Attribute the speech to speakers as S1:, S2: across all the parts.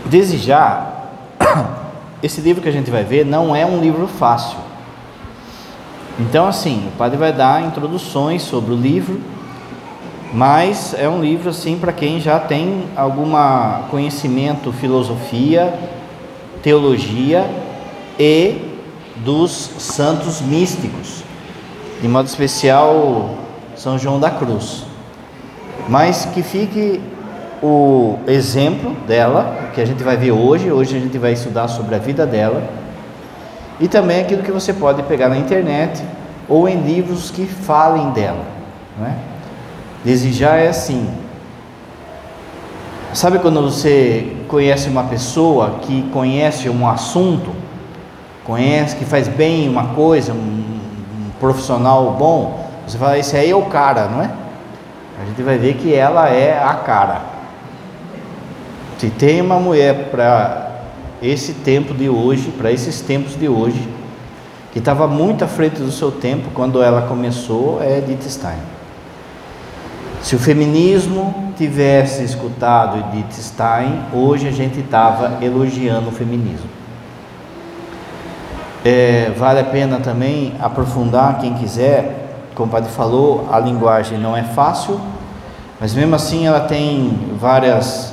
S1: Desde já, esse livro que a gente vai ver não é um livro fácil. Então, assim, o padre vai dar introduções sobre o livro, mas é um livro, assim, para quem já tem algum conhecimento, filosofia, teologia e dos santos místicos, de modo especial São João da Cruz. Mas que fique o exemplo dela, que a gente vai ver hoje. Hoje a gente vai estudar sobre a vida dela, e também aquilo que você pode pegar na internet ou em livros que falem dela, não é? Desde já é assim. Sabe quando você conhece uma pessoa que conhece um assunto, conhece, que faz bem uma coisa, um profissional bom, você fala, esse aí é o cara, não é? A gente vai ver que ela é a cara. Se tem uma mulher para esse tempo de hoje, para esses tempos de hoje, que estava muito à frente do seu tempo quando ela começou, é Edith Stein. Se o feminismo tivesse escutado Edith Stein, hoje a gente estava elogiando o feminismo. Vale a pena também aprofundar, quem quiser. Como o padre falou, a linguagem não é fácil, mas mesmo assim ela tem vários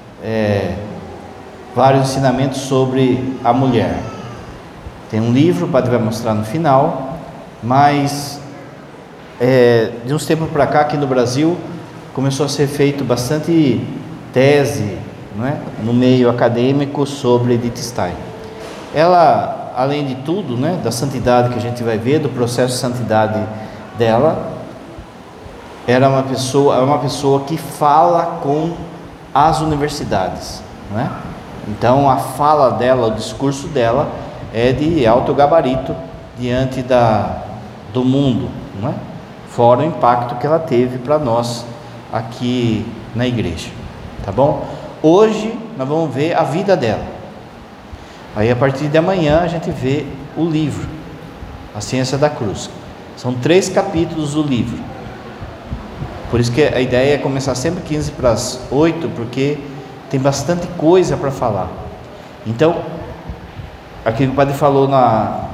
S1: ensinamentos sobre a mulher. Tem um livro, o padre vai mostrar no final, mas de uns tempos para cá, aqui no Brasil, começou a ser feito bastante tese, não é? No meio acadêmico sobre Edith Stein. Ela, além de tudo, né, da santidade que a gente vai ver, do processo de santidade dela, é uma pessoa que fala com as universidades, não é? Então a fala dela, o discurso dela é de alto gabarito diante do mundo, não é? Fora o impacto que ela teve para nós aqui na igreja, tá bom? Hoje nós vamos ver a vida dela. Aí a partir de amanhã a gente vê o livro, A Ciência da Cruz. São 3 capítulos do livro. Por isso que a ideia é começar sempre 15 para as 8, porque tem bastante coisa para falar. Então, aquilo que o padre falou na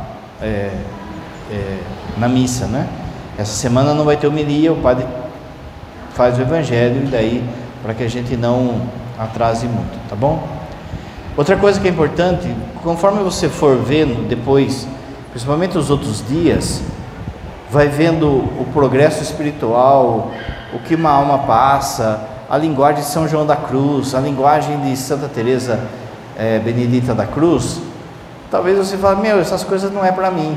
S1: missa, né? Essa semana não vai ter homilia, o padre faz o evangelho, e daí para que a gente não atrase muito, tá bom? Outra coisa que é importante, conforme você for vendo depois, principalmente os outros dias, vai vendo o progresso espiritual, o que uma alma passa, a linguagem de São João da Cruz, a linguagem de Santa Teresa Benedita da Cruz. Talvez você fale, essas coisas não é para mim.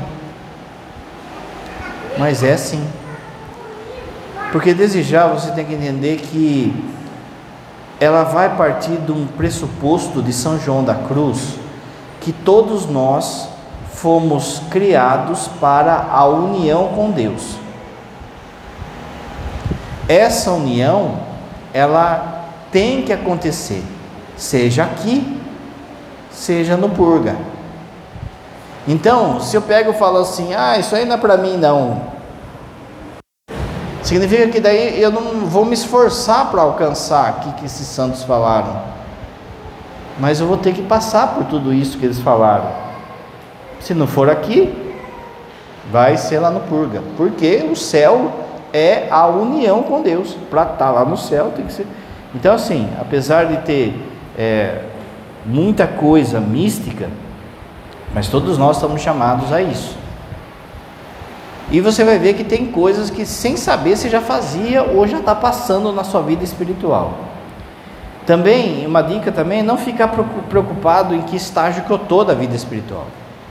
S1: Mas é sim. Porque desde já você tem que entender que ela vai partir de um pressuposto de São João da Cruz, que todos nós fomos criados para a união com Deus. Essa união, ela tem que acontecer, seja aqui, seja no purga. Então, se eu pego e falo assim, isso aí não é para mim não, significa que daí eu não vou me esforçar para alcançar o que esses santos falaram, mas eu vou ter que passar por tudo isso que eles falaram. Se não for aqui, vai ser lá no purga, porque o céu é a união com Deus. Para estar lá no céu tem que ser. Então, assim, apesar de ter muita coisa mística, mas todos nós estamos chamados a isso. E você vai ver que tem coisas que, sem saber, você já fazia ou já está passando na sua vida espiritual. Também, uma dica também, não ficar preocupado em que estágio que eu estou da vida espiritual.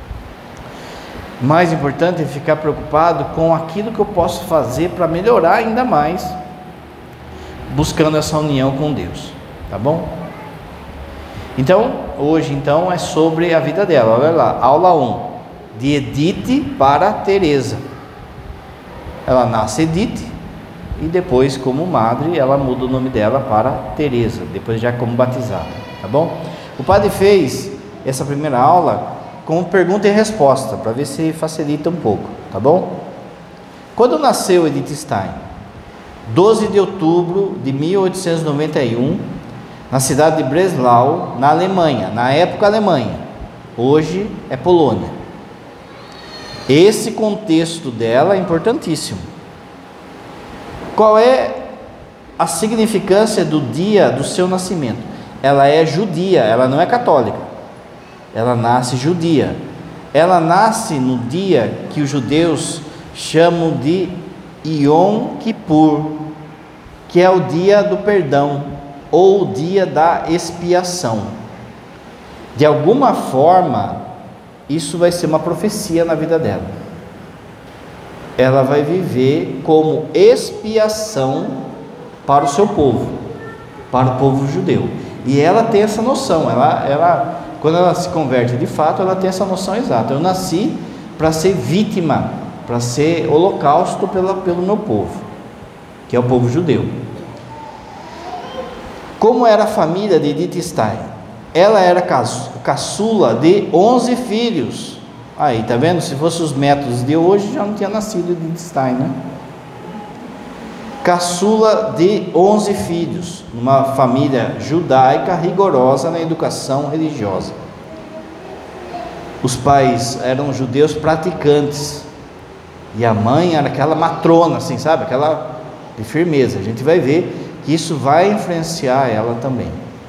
S1: Mais importante é ficar preocupado com aquilo que eu posso fazer para melhorar ainda mais, buscando essa união com Deus, tá bom? Então, hoje é sobre a vida dela. Olha lá, aula 1, de Edith para Teresa. Ela nasce Edith e depois, como madre, ela muda o nome dela para Teresa, depois já como batizada, tá bom? O padre fez essa primeira aula com pergunta e resposta, para ver se facilita um pouco, tá bom? Quando nasceu Edith Stein? 12 de outubro de 1891, na cidade de Breslau, na Alemanha, na época Alemanha, hoje é Polônia. Esse contexto dela é importantíssimo. Qual é a significância do dia do seu nascimento? Ela é judia, ela não é católica, ela nasce judia. Ela nasce no dia que os judeus chamam de Yom Kippur, que é o dia do perdão, ou o dia da expiação. De alguma forma, isso vai ser uma profecia na vida dela. Ela vai viver como expiação para o seu povo, para o povo judeu. E ela tem essa noção, quando ela se converte de fato, ela tem essa noção exata. Eu nasci para ser vítima, para ser holocausto pelo meu povo, que é o povo judeu. Como era a família de Edith Stein? Ela era caçula de 11 filhos. Aí, tá vendo? Se fossem os métodos de hoje, já não tinha nascido Edith Stein, né? Caçula de 11 filhos, numa família judaica rigorosa na educação religiosa. Os pais eram judeus praticantes, e a mãe era aquela matrona, assim, sabe? Aquela de firmeza. A gente vai ver que isso vai influenciar ela também.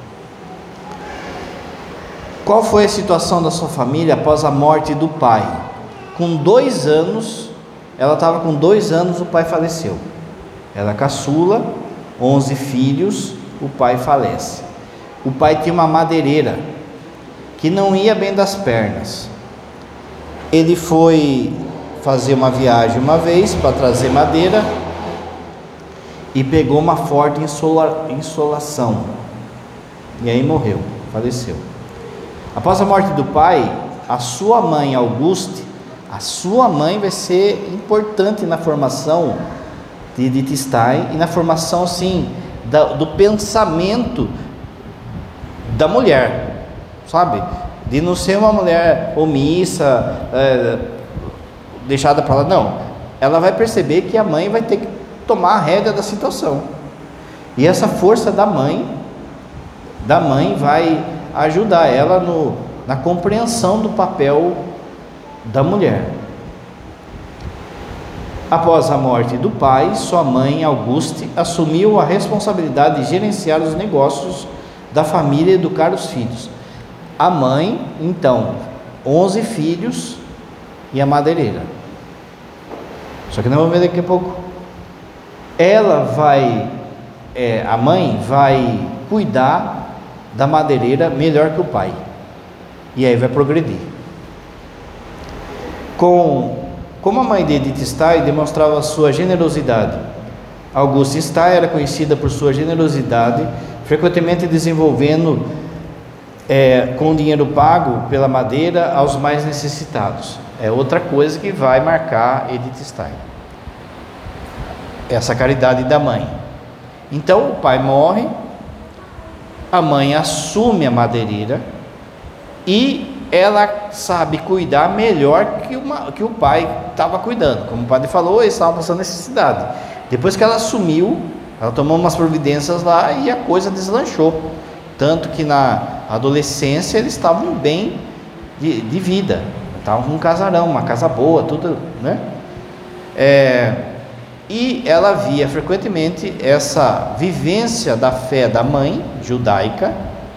S1: Qual foi a situação da sua família após a morte do pai? Com 2 anos, ela estava com 2 anos, o pai faleceu. Ela caçula, 11 filhos, o pai falece. O pai tinha uma madeireira que não ia bem das pernas. Ele foi fazer uma viagem uma vez para trazer madeira e pegou uma forte insolação, e aí morreu, faleceu. Após a morte do pai, a sua mãe Auguste, a sua mãe vai ser importante na formação de Edith Stein e na formação, assim, do pensamento da mulher, sabe? De não ser uma mulher omissa, deixada para lá, não. Ela vai perceber que a mãe vai ter que tomar a rédea da situação, e essa força da mãe vai ajudar ela na compreensão do papel da mulher. Após a morte do pai, sua mãe Auguste assumiu a responsabilidade de gerenciar os negócios da família e educar os filhos. A mãe, então, 11 filhos e a madeireira. Só que nós vamos ver daqui a pouco. A mãe vai cuidar da madeireira melhor que o pai, e aí vai progredir. Como a mãe de Edith Stein demonstrava sua generosidade, Auguste Stein era conhecida por sua generosidade, frequentemente desenvolvendo com dinheiro pago pela madeira aos mais necessitados. É outra coisa que vai marcar Edith Stein, essa caridade da mãe. Então o pai morre, a mãe assume a madeireira e ela sabe cuidar melhor que o pai estava cuidando. Como o padre falou, eles estavam passando necessidade. Depois que ela assumiu, ela tomou umas providências lá e a coisa deslanchou. Tanto que na adolescência eles estavam bem de vida, estavam com um casarão, uma casa boa, tudo, né? E ela via frequentemente essa vivência da fé da mãe judaica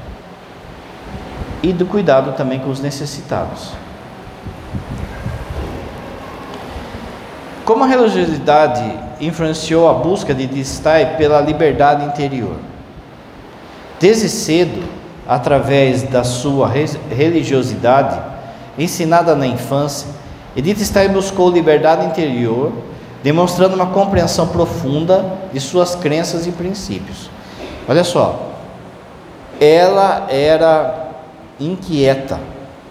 S1: e do cuidado também com os necessitados. Como a religiosidade influenciou a busca de Edith Stein pela liberdade interior? Desde cedo, através da sua religiosidade, ensinada na infância, Edith Stein buscou liberdade interior, demonstrando uma compreensão profunda de suas crenças e princípios. Olha só, ela era inquieta,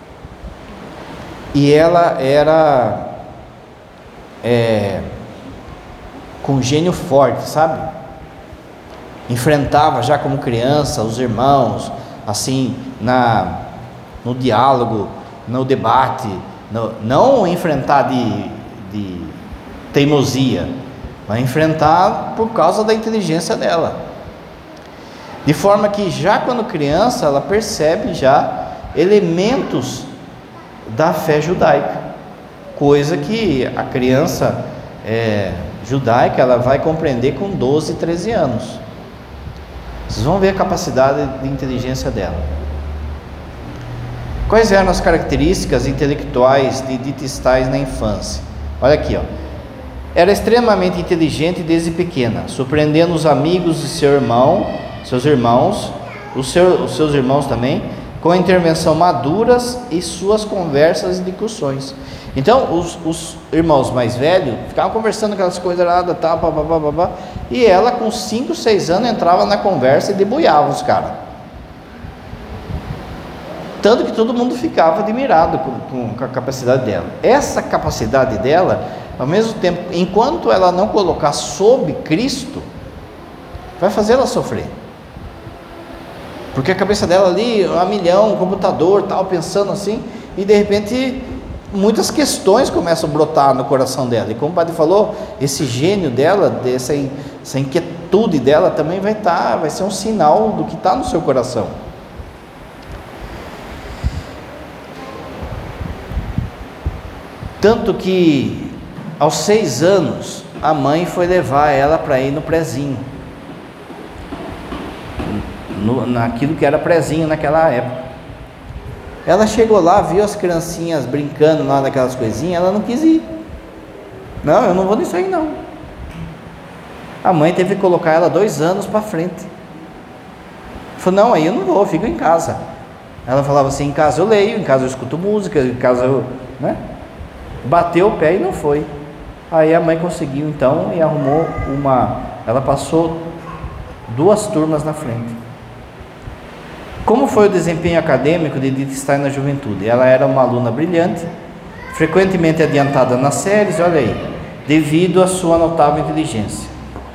S1: e ela era com gênio forte, sabe? Enfrentava já como criança os irmãos, assim, no diálogo, no debate, não enfrentar de teimosia, mas enfrentar por causa da inteligência dela. De forma que já quando criança, ela percebe já elementos da fé judaica, coisa que a criança judaica, ela vai compreender com 12, 13 anos. Vocês vão ver a capacidade de inteligência dela. Quais eram as características intelectuais de Edith Stein na infância? Olha aqui, ó. Era extremamente inteligente desde pequena, surpreendendo os amigos de seus irmãos também, com intervenção maduras e suas conversas e discussões. Então, os irmãos mais velhos ficavam conversando aquelas coisas lá, tal, babá, e ela com 5, 6 anos entrava na conversa e debulhava os caras. Tanto que todo mundo ficava admirado com a capacidade dela. Essa capacidade dela, ao mesmo tempo, enquanto ela não colocar sob Cristo, vai fazer ela sofrer. Porque a cabeça dela ali, a milhão, computador, tal, pensando assim, e de repente muitas questões começam a brotar no coração dela. E como o padre falou, esse gênio dela, essa inquietude dela também vai ser um sinal do que está no seu coração. Tanto que aos 6 anos a mãe foi levar ela para ir no prezinho, naquilo que era prezinho naquela época. Ela chegou lá, viu as criancinhas brincando lá naquelas coisinhas, ela não quis ir. Não, eu não vou nisso aí não. A mãe teve que colocar ela 2 anos para frente. Falou, não, aí eu não vou, eu fico em casa. Ela falava assim, em casa eu leio, em casa eu escuto música, em casa eu, bateu o pé e não foi. Aí a mãe conseguiu então e arrumou ela passou 2 turmas na frente. Como foi o desempenho acadêmico de Edith Stein na juventude? Ela era uma aluna brilhante, frequentemente adiantada nas séries, olha aí, devido à sua notável inteligência.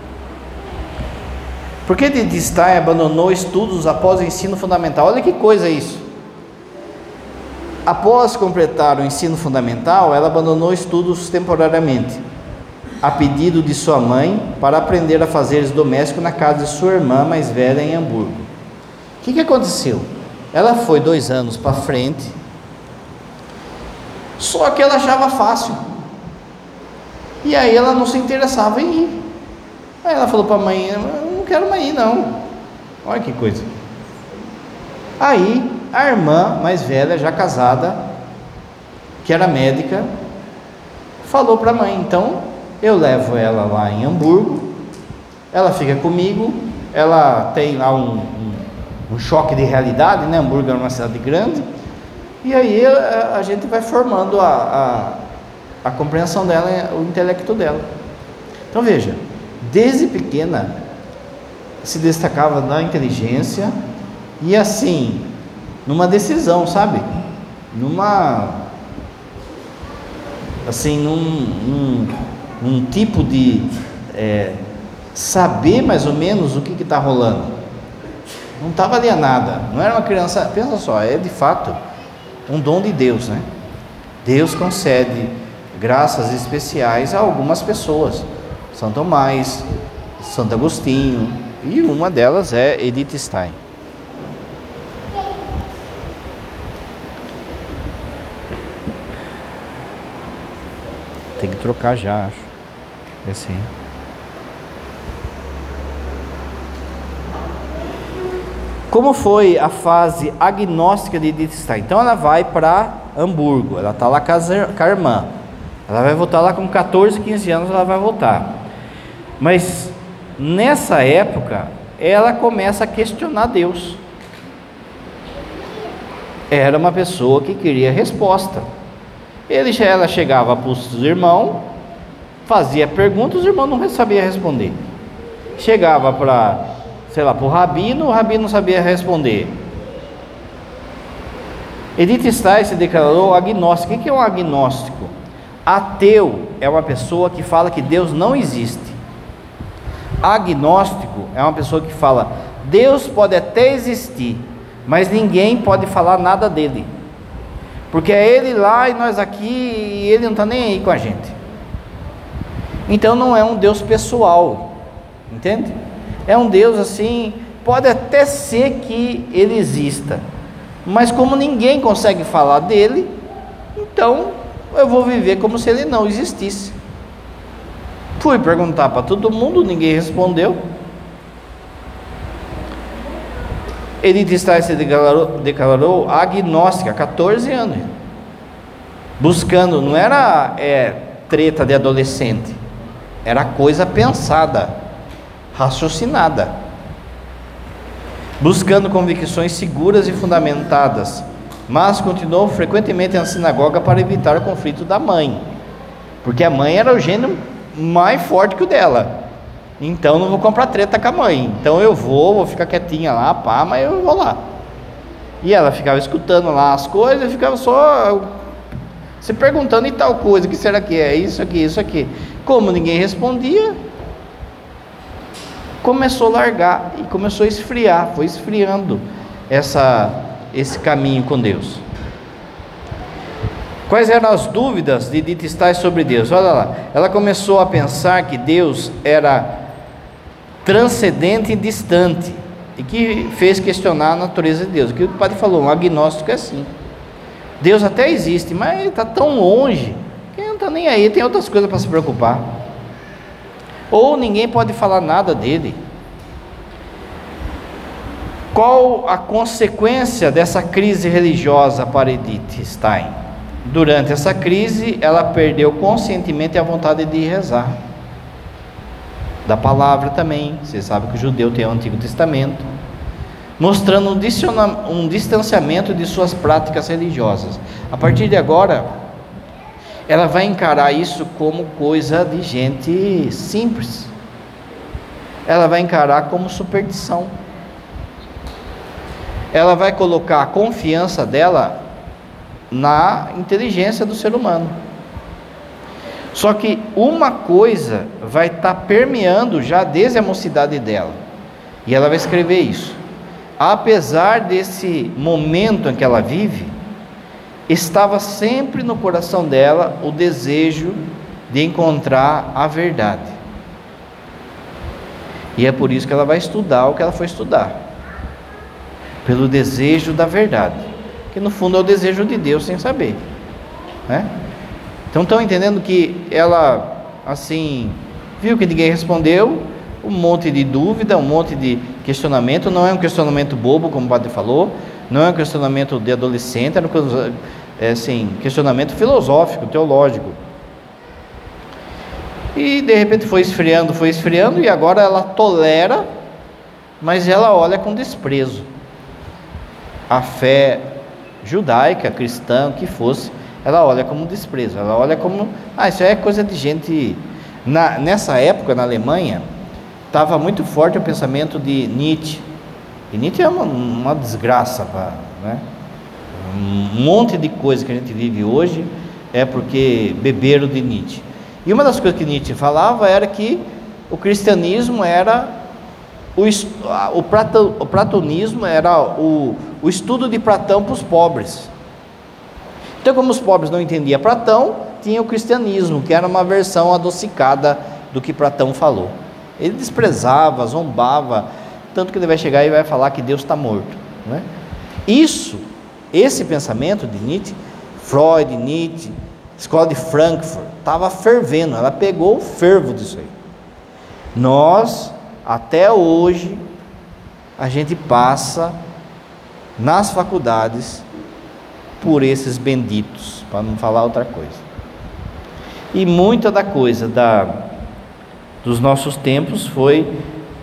S1: Por que Edith Stein abandonou estudos após o ensino fundamental? Olha que coisa isso. Após completar o ensino fundamental, ela abandonou estudos temporariamente, a pedido de sua mãe, para aprender a fazeres domésticos na casa de sua irmã mais velha em Hamburgo. O que aconteceu? Ela foi 2 anos para frente, só que ela achava fácil, e aí ela não se interessava em ir. Aí ela falou para a mãe, eu não quero mais ir não. Olha que coisa. Aí a irmã mais velha, já casada, que era médica, falou para a mãe, então eu levo ela lá em Hamburgo, ela fica comigo, ela tem lá um choque de realidade, né? Hamburgo é uma cidade grande, e aí a gente vai formando a compreensão dela, o intelecto dela. Então veja, desde pequena se destacava na inteligência e assim, numa decisão, sabe? Num tipo de saber mais ou menos o que está rolando. Não estava alienada, não era uma criança. Pensa só, é de fato um dom de Deus, né? Deus concede graças especiais a algumas pessoas, São Tomás, Santo Agostinho, e uma delas é Edith Stein. Tem que trocar já, acho. É assim. Como foi a fase agnóstica de Edith Stein? Então ela vai para Hamburgo, ela está lá com a irmã. Ela vai voltar lá com 14, 15 anos, ela vai voltar. Mas nessa época, ela começa a questionar Deus. Era uma pessoa que queria resposta. Ela chegava para os irmãos, fazia perguntas, os irmãos não sabiam responder. Chegava para o rabino, o rabino não sabia responder. Edith Stein se declarou agnóstico. O que é um agnóstico? Ateu é uma pessoa que fala que Deus não existe. Agnóstico é uma pessoa que fala, Deus pode até existir, mas ninguém pode falar nada dele, porque é ele lá e nós aqui, e ele não está nem aí com a gente. Então não é um Deus pessoal, entende? É um Deus assim, pode até ser que ele exista, mas como ninguém consegue falar dele, então eu vou viver como se ele não existisse. Fui perguntar para todo mundo, ninguém respondeu. Edith Stein se declarou agnóstica há 14 anos, buscando, não era treta de adolescente, era coisa pensada, raciocinada, buscando convicções seguras e fundamentadas, mas continuou frequentemente na sinagoga para evitar o conflito da mãe, porque a mãe era o gênio mais forte que o dela. Então não vou comprar treta com a mãe, então eu vou ficar quietinha lá, pá, mas eu vou lá. E ela ficava escutando lá as coisas, e ficava só se perguntando e tal coisa, o que será que é, isso aqui, isso aqui. Como ninguém respondia, começou a largar e começou a esfriar, foi esfriando esse caminho com Deus. Quais eram as dúvidas de Edith Stein sobre Deus? Olha lá, ela começou a pensar que Deus era transcendente e distante, e que fez questionar a natureza de Deus. O que o padre falou, um agnóstico é assim: Deus até existe, mas ele está tão longe que ele não está nem aí, tem outras coisas para se preocupar, ou ninguém pode falar nada dele. Qual a consequência dessa crise religiosa para Edith Stein? Durante essa crise, ela perdeu conscientemente a vontade de rezar, da palavra também. Você sabe que o judeu tem o Antigo Testamento, mostrando um distanciamento de suas práticas religiosas. A partir de agora, ela vai encarar isso como coisa de gente simples, ela vai encarar como superstição, ela vai colocar a confiança dela na inteligência do ser humano. Só que uma coisa vai estar permeando já desde a mocidade dela, e ela vai escrever isso: apesar desse momento em que ela vive, estava sempre no coração dela o desejo de encontrar a verdade, e é por isso que ela vai estudar o que ela foi estudar, pelo desejo da verdade, que no fundo é o desejo de Deus sem saber, né? Então estão entendendo que ela, assim, viu que ninguém respondeu, um monte de dúvida, um monte de questionamento. Não é um questionamento bobo, como o padre falou, não é um questionamento de adolescente, é assim, questionamento filosófico, teológico. E de repente foi esfriando, e agora ela tolera, mas ela olha com desprezo a fé judaica, cristã, o que fosse. Ela olha como desprezo, ela olha como, isso é coisa de gente. Nessa época, na Alemanha, estava muito forte o pensamento de Nietzsche, e Nietzsche é uma desgraça, né? Um monte de coisa que a gente vive hoje é porque beberam de Nietzsche. E uma das coisas que Nietzsche falava era que o cristianismo era o platonismo era o estudo de Platão para os pobres. Então, como os pobres não entendiam Platão, tinha o cristianismo, que era uma versão adocicada do que Platão falou. Ele desprezava, zombava, tanto que ele vai chegar e vai falar que Deus está morto, né? Esse pensamento de Nietzsche, Freud, Nietzsche, escola de Frankfurt, estava fervendo, ela pegou o fervo disso aí. Nós, até hoje, a gente passa nas faculdades por esses benditos, para não falar outra coisa. E muita da coisa dos nossos tempos foi,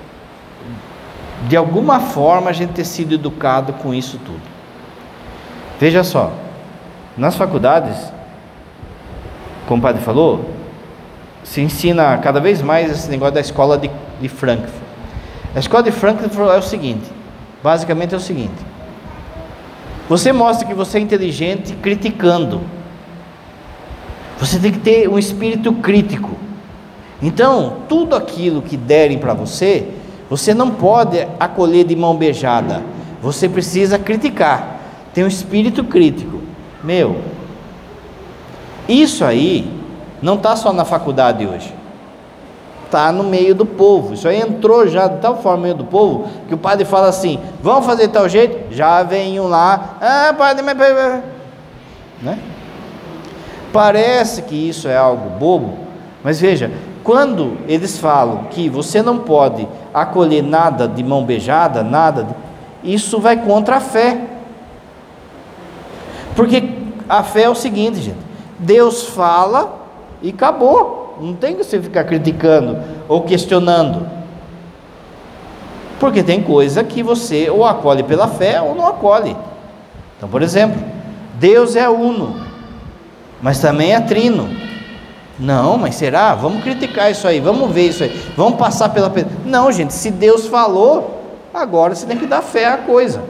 S1: de alguma forma, a gente ter sido educado com isso tudo. Veja só, nas faculdades, como o padre falou, se ensina cada vez mais esse negócio da escola de Frankfurt. A escola de Frankfurt é o seguinte, basicamente é o seguinte: você mostra que você é inteligente criticando. Você tem que ter um espírito crítico. Então, tudo aquilo que derem para você, você não pode acolher de mão beijada. Você precisa criticar. Tem um espírito crítico. Isso aí não está só na faculdade hoje. está no meio do povo. Isso aí entrou já de tal forma no meio do povo, que o padre fala assim, vamos fazer de tal jeito, já vem um lá, padre, mas... né? Parece que isso é algo bobo, mas veja, quando eles falam que você não pode acolher nada de mão beijada, isso vai contra a fé. Porque a fé é o seguinte, gente, Deus fala e acabou, não tem que você ficar criticando ou questionando, porque tem coisa que você ou acolhe pela fé ou não acolhe. Então, por exemplo, Deus é uno, mas também é trino. Não, mas será? Vamos criticar isso aí, vamos ver isso aí, vamos passar pela... Não, gente, se Deus falou, agora você tem que dar fé à coisa.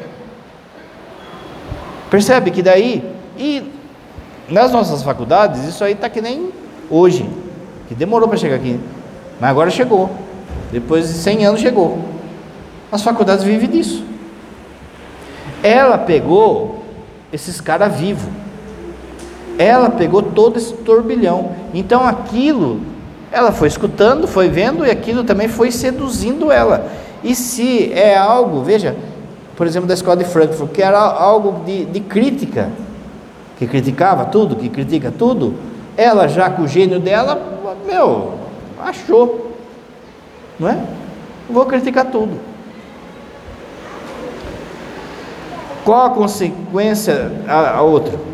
S1: Percebe que daí, e nas nossas faculdades, isso aí está que nem hoje, que demorou para chegar aqui, mas agora chegou, depois de 100 anos chegou. As faculdades vivem disso. Ela pegou esses caras vivos, ela pegou todo esse turbilhão, então aquilo, ela foi escutando, foi vendo, e aquilo também foi seduzindo ela. E se é algo, veja, por exemplo, da escola de Frankfurt, que era algo de crítica, que criticava tudo, que critica tudo, ela já com o gênio dela, achou, não é? Vou criticar tudo. Qual a consequência? A outra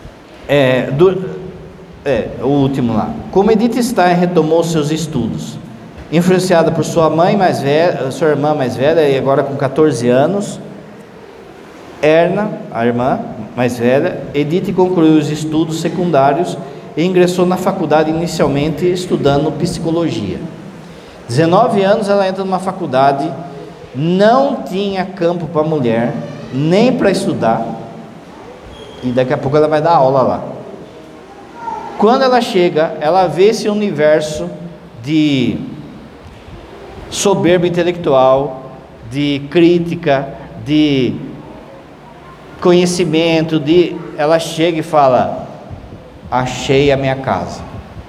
S1: o último lá. Como Edith Stein retomou seus estudos, influenciada por sua mãe mais velha, sua irmã mais velha, e agora com 14 anos, Erna, a irmã mais velha, Edith concluiu os estudos secundários e ingressou na faculdade inicialmente estudando psicologia. 19 anos ela entra numa faculdade, não tinha campo para mulher, nem para estudar, e daqui a pouco ela vai dar aula lá. Quando ela chega, ela vê esse universo de soberba intelectual, de crítica, de conhecimento, ela chega e fala: achei a minha casa.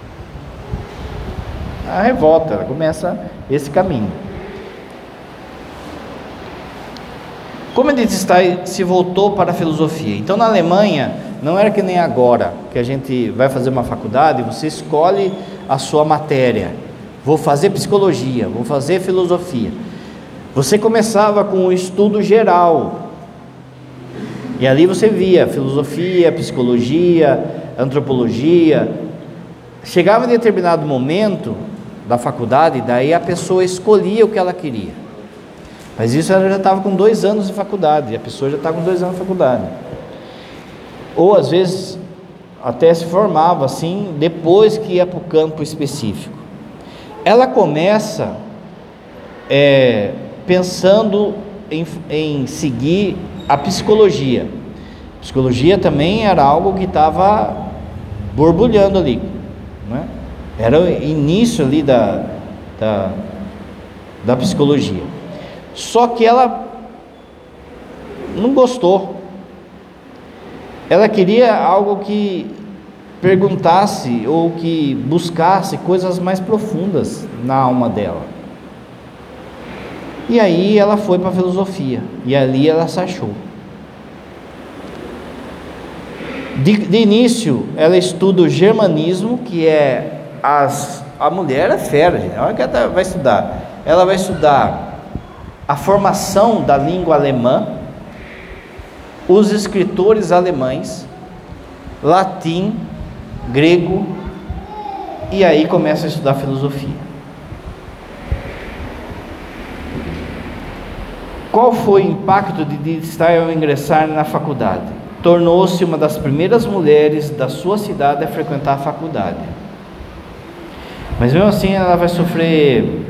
S1: A revolta, ela começa esse caminho. Como Edith Stein se voltou para a filosofia. Então, na Alemanha, não era que nem agora, que a gente vai fazer uma faculdade, você escolhe a sua matéria. Vou fazer psicologia, vou fazer filosofia. Você começava com o estudo geral, e ali você via filosofia, psicologia, antropologia. Chegava em determinado momento da faculdade, daí a pessoa escolhia o que ela queria. Mas isso ela já estava com 2 anos de faculdade, e a pessoa já estava com 2 anos de faculdade. Ou às vezes até se formava assim, depois que ia para o campo específico. Ela começa pensando em seguir a psicologia. A psicologia também era algo que estava borbulhando ali, né? Era o início ali da psicologia. Só que ela não gostou. Ela queria algo que perguntasse ou que buscasse coisas mais profundas na alma dela. E aí ela foi para a filosofia, e ali ela se achou. De início, ela estuda o germanismo, que é a mulher é fera, gente. Olha que ela vai estudar. Ela vai estudar a formação da língua alemã, os escritores alemães, latim, grego, e aí começa a estudar filosofia. Qual foi o impacto de Edith Stein ao ingressar na faculdade? Tornou-se uma das primeiras mulheres da sua cidade a frequentar a faculdade. Mas mesmo assim ela vai sofrer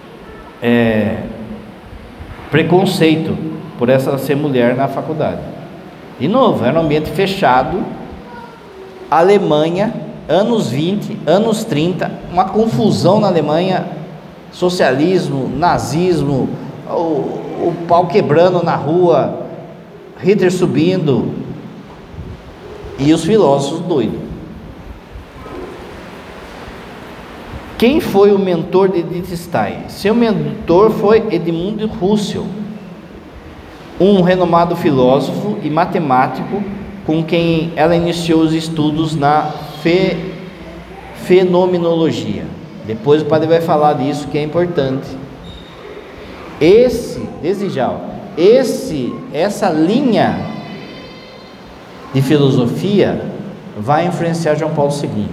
S1: preconceito por essa ser mulher na faculdade. De novo, era um ambiente fechado, Alemanha, anos 20, anos 30, uma confusão na Alemanha, socialismo, nazismo, o pau quebrando na rua, Hitler subindo, e os filósofos doidos. Quem foi o mentor de Edith Stein? Seu mentor foi Edmund Husserl, um renomado filósofo e matemático com quem ela iniciou os estudos na fenomenologia. Depois o padre vai falar disso, que é importante. Essa linha de filosofia vai influenciar João Paulo II.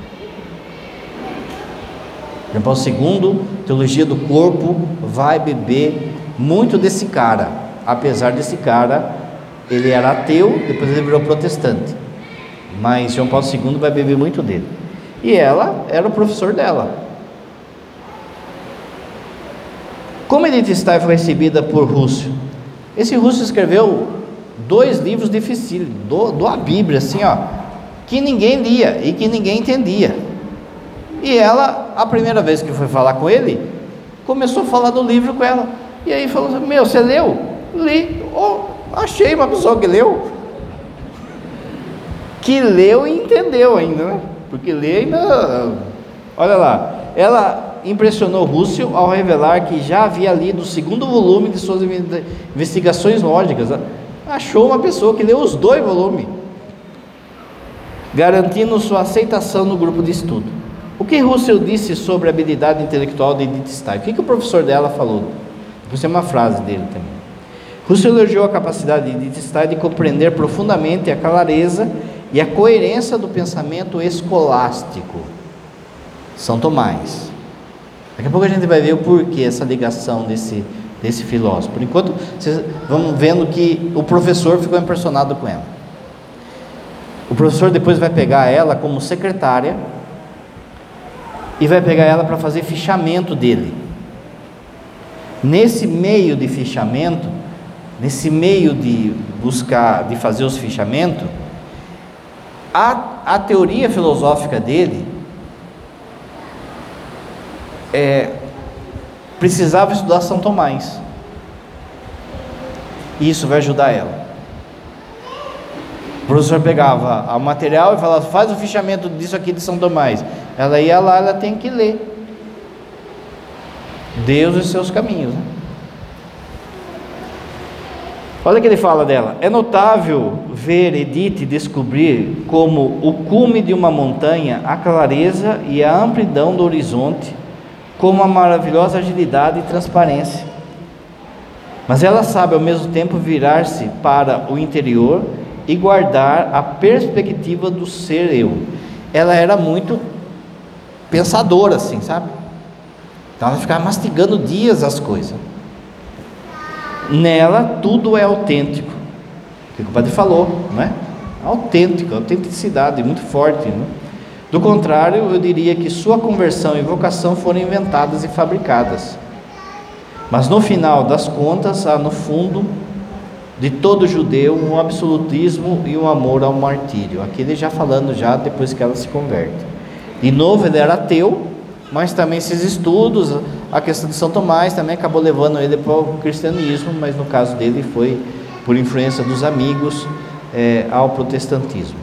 S1: João Paulo II, teologia do corpo, vai beber muito desse cara. Apesar desse cara, ele era ateu, depois ele virou protestante. Mas João Paulo II vai beber muito dele. E ela era o professor dela. Como Edith Stein foi recebida por Husserl? Esse Husserl escreveu 2 livros dificílimos, da Bíblia, assim, ó, que ninguém lia e que ninguém entendia. E ela, a primeira vez que foi falar com ele, começou a falar do livro com ela. E aí falou assim: meu, você leu? Li. Oh, achei uma pessoa que leu e entendeu ainda, né? Porque lê ainda. Olha lá, ela impressionou Husserl ao revelar que já havia lido o 2º volume de suas investigações lógicas. Achou uma pessoa que leu os 2 volumes, garantindo sua aceitação no grupo de estudo. O que Husserl disse sobre a habilidade intelectual de Edith Stein? O que o professor dela falou? Isso é uma frase dele também. Husserl elogiou a capacidade de Edith Stein de compreender profundamente a clareza e a coerência do pensamento escolástico. São Tomás. Daqui a pouco a gente vai ver o porquê, essa ligação desse filósofo. Por enquanto, vocês vão vendo que o professor ficou impressionado com ela. O professor depois vai pegar ela como secretária e vai pegar ela para fazer fichamento dele. Nesse meio de fichamento, nesse meio de buscar, de fazer os fichamentos, a teoria filosófica dele precisava estudar São Tomás. E isso vai ajudar ela. O professor pegava o material e falava: faz o fichamento disso aqui de São Tomás. Ela ia lá, ela tem que ler Deus e seus caminhos, né? Olha o que ele fala dela: é notável ver Edith descobrir como o cume de uma montanha a clareza e a amplidão do horizonte, como a maravilhosa agilidade e transparência. Mas ela sabe ao mesmo tempo virar-se para o interior e guardar a perspectiva do ser eu. Ela era muito pensadora, assim, sabe? Então ela ficava mastigando dias as coisas. Nela tudo é autêntico, o que o padre falou, não é? Autêntico, autenticidade muito forte, né? Do contrário, eu diria que sua conversão e vocação foram inventadas e fabricadas. Mas no final das contas, há no fundo de todo judeu um absolutismo e um amor ao martírio. Aqui ele já falando já depois que ela se converte. De novo, ele era ateu, mas também esses estudos, a questão de São Tomás também acabou levando ele para o cristianismo, mas no caso dele foi por influência dos amigos ao protestantismo.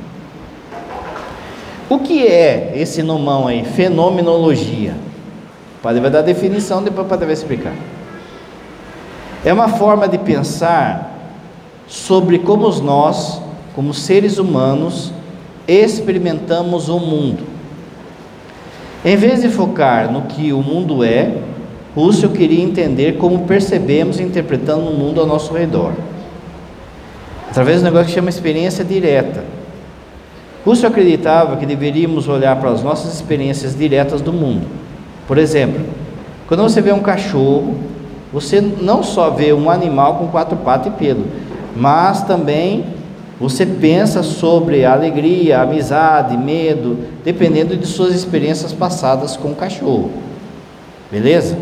S1: O que é esse nomão aí? Fenomenologia. O padre vai dar a definição, depois o padre vai explicar. É uma forma de pensar sobre como nós, como seres humanos, experimentamos o mundo. Em vez de focar no que o mundo é, Husserl queria entender como percebemos e interpretamos o mundo ao nosso redor, através de um negócio que chama experiência direta. Husserl acreditava que deveríamos olhar para as nossas experiências diretas do mundo. Por exemplo, quando você vê um cachorro, você não só vê um animal com 4 patas e pelo, mas também você pensa sobre a alegria, a amizade, medo, dependendo de suas experiências passadas com o cachorro. Beleza?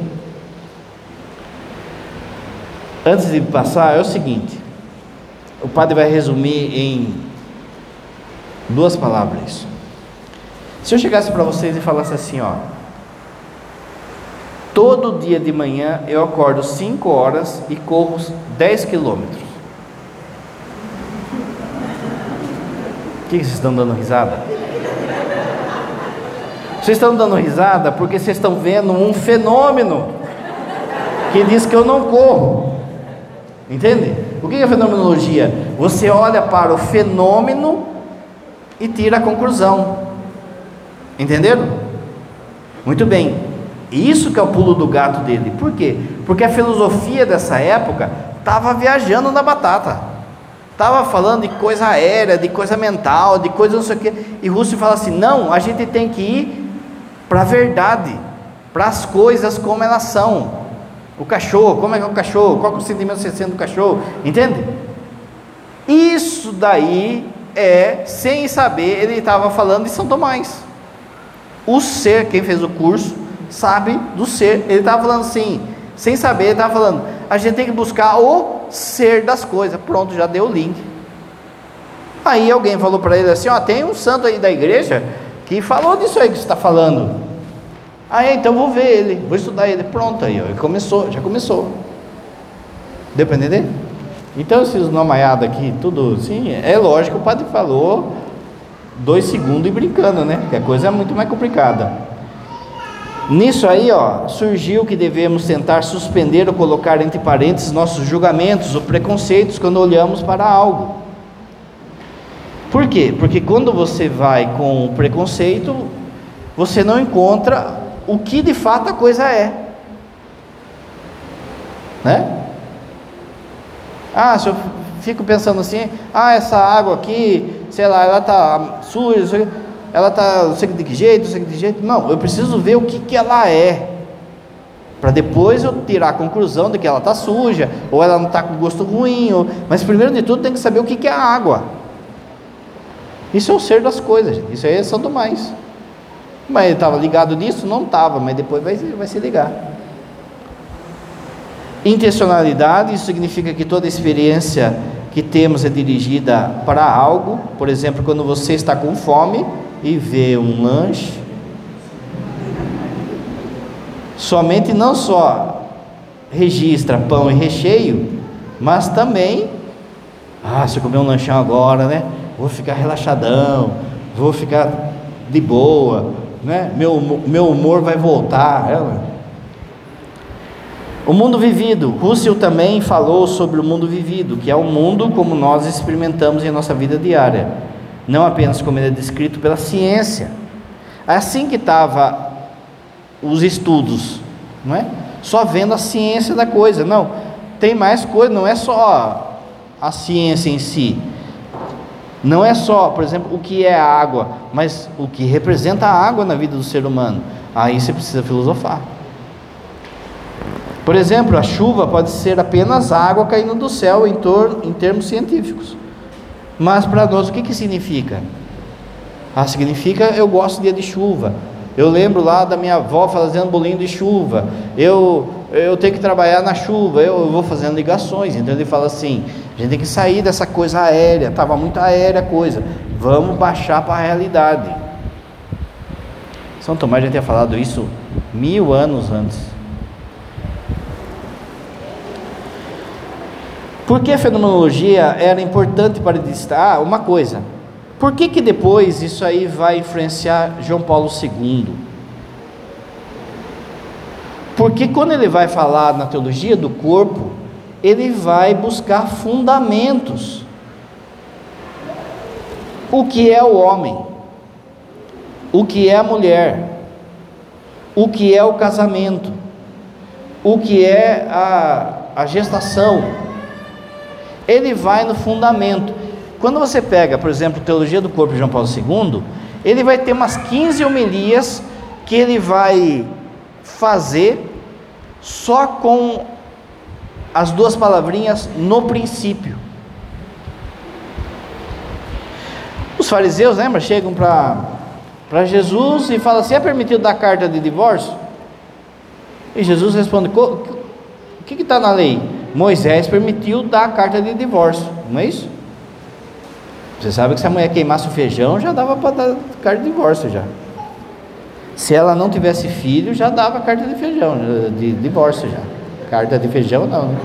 S1: Antes de passar, é o seguinte: o padre vai resumir em 2 palavras. Se eu chegasse para vocês e falasse assim, ó: todo dia de manhã eu acordo 5 horas e corro 10 quilômetros. O que vocês estão dando risada? Vocês estão dando risada porque vocês estão vendo um fenômeno que diz que eu não corro. Entende? O que é fenomenologia? Você olha para o fenômeno e tira a conclusão. Entenderam? Muito bem. Isso que é o pulo do gato dele. Por quê? Porque a filosofia dessa época estava viajando na batata. Estava falando de coisa aérea, de coisa mental, de coisa não sei o quê. E Russell fala assim: não, a gente tem que ir para a verdade, para as coisas como elas são. O cachorro, como é que é o cachorro? Qual é o sentimento que você sente do cachorro? Entende? Isso daí sem saber, ele estava falando de São Tomás. O ser, quem fez o curso, sabe do ser. Ele estava falando assim, sem saber, ele estava falando, a gente tem que buscar o ser das coisas. Pronto, já deu o link. Aí alguém falou para ele assim: ó, tem um santo aí da igreja que falou disso aí que você está falando. Então vou ver ele, vou estudar ele. Pronto, aí ó, já começou. Deu para entender? Então esses nomaiados aqui, tudo assim, é lógico, o padre falou 2 segundos e brincando, né? Que a coisa é muito mais complicada. Nisso aí, ó, surgiu que devemos tentar suspender ou colocar entre parênteses nossos julgamentos ou preconceitos quando olhamos para algo. Por quê? Porque quando você vai com o preconceito, você não encontra o que de fato a coisa é, né? Se eu fico pensando assim, essa água aqui, sei lá, ela tá suja, ela tá não sei de que jeito, não, eu preciso ver o que ela é, para depois eu tirar a conclusão de que ela tá suja, ou ela não tá com gosto ruim, mas primeiro de tudo tem que saber o que é a água. Isso é o ser das coisas, gente. Isso aí é São Tomás. Mas ele estava ligado nisso? Não estava, mas depois vai se ligar. Intencionalidade, isso significa que toda experiência que temos é dirigida para algo. Por exemplo, quando você está com fome e vê um lanche, sua mente não só registra pão e recheio, mas também, se eu comer um lanchão agora, né, vou ficar relaxadão, vou ficar de boa, né? Meu humor vai voltar. O mundo vivido. Russell também falou sobre o mundo vivido, que é o mundo como nós experimentamos em nossa vida diária, não apenas como ele é descrito pela ciência. Assim que estava os estudos, não é? Só vendo a ciência da coisa. Não, tem mais coisa, não é só a ciência em si. Não é só, por exemplo, o que é a água, mas o que representa a água na vida do ser humano. Aí você precisa filosofar. Por exemplo, a chuva pode ser apenas água caindo do céu em termos científicos. Mas para nós o que significa? Significa eu gosto de dia de chuva. Eu lembro lá da minha avó fazendo bolinho de chuva. Eu tenho que trabalhar na chuva. Eu vou fazendo ligações. Então ele fala assim: a gente tem que sair dessa coisa aérea. Estava muito aérea a coisa. Vamos baixar para a realidade. São Tomás já tinha falado isso 1000 anos antes. Por que a fenomenologia era importante para destacar uma coisa? Por que depois isso aí vai influenciar João Paulo II? Porque quando ele vai falar na teologia do corpo, ele vai buscar fundamentos. O que é o homem? O que é a mulher? O que é o casamento? O que é a gestação? Ele vai no fundamento. Quando você pega, por exemplo, Teologia do Corpo de João Paulo II, ele vai ter umas 15 homilias que ele vai fazer só com as 2 palavrinhas no princípio. Os fariseus, lembra? Chegam para Jesus e falam assim: é permitido dar carta de divórcio? E Jesus responde: o que está na lei? Moisés permitiu dar a carta de divórcio, não é isso? Você sabe que se a mulher queimasse o feijão, já dava para dar carta de divórcio já. Se ela não tivesse filho, já dava carta de feijão, de divórcio já. Carta de feijão não, né?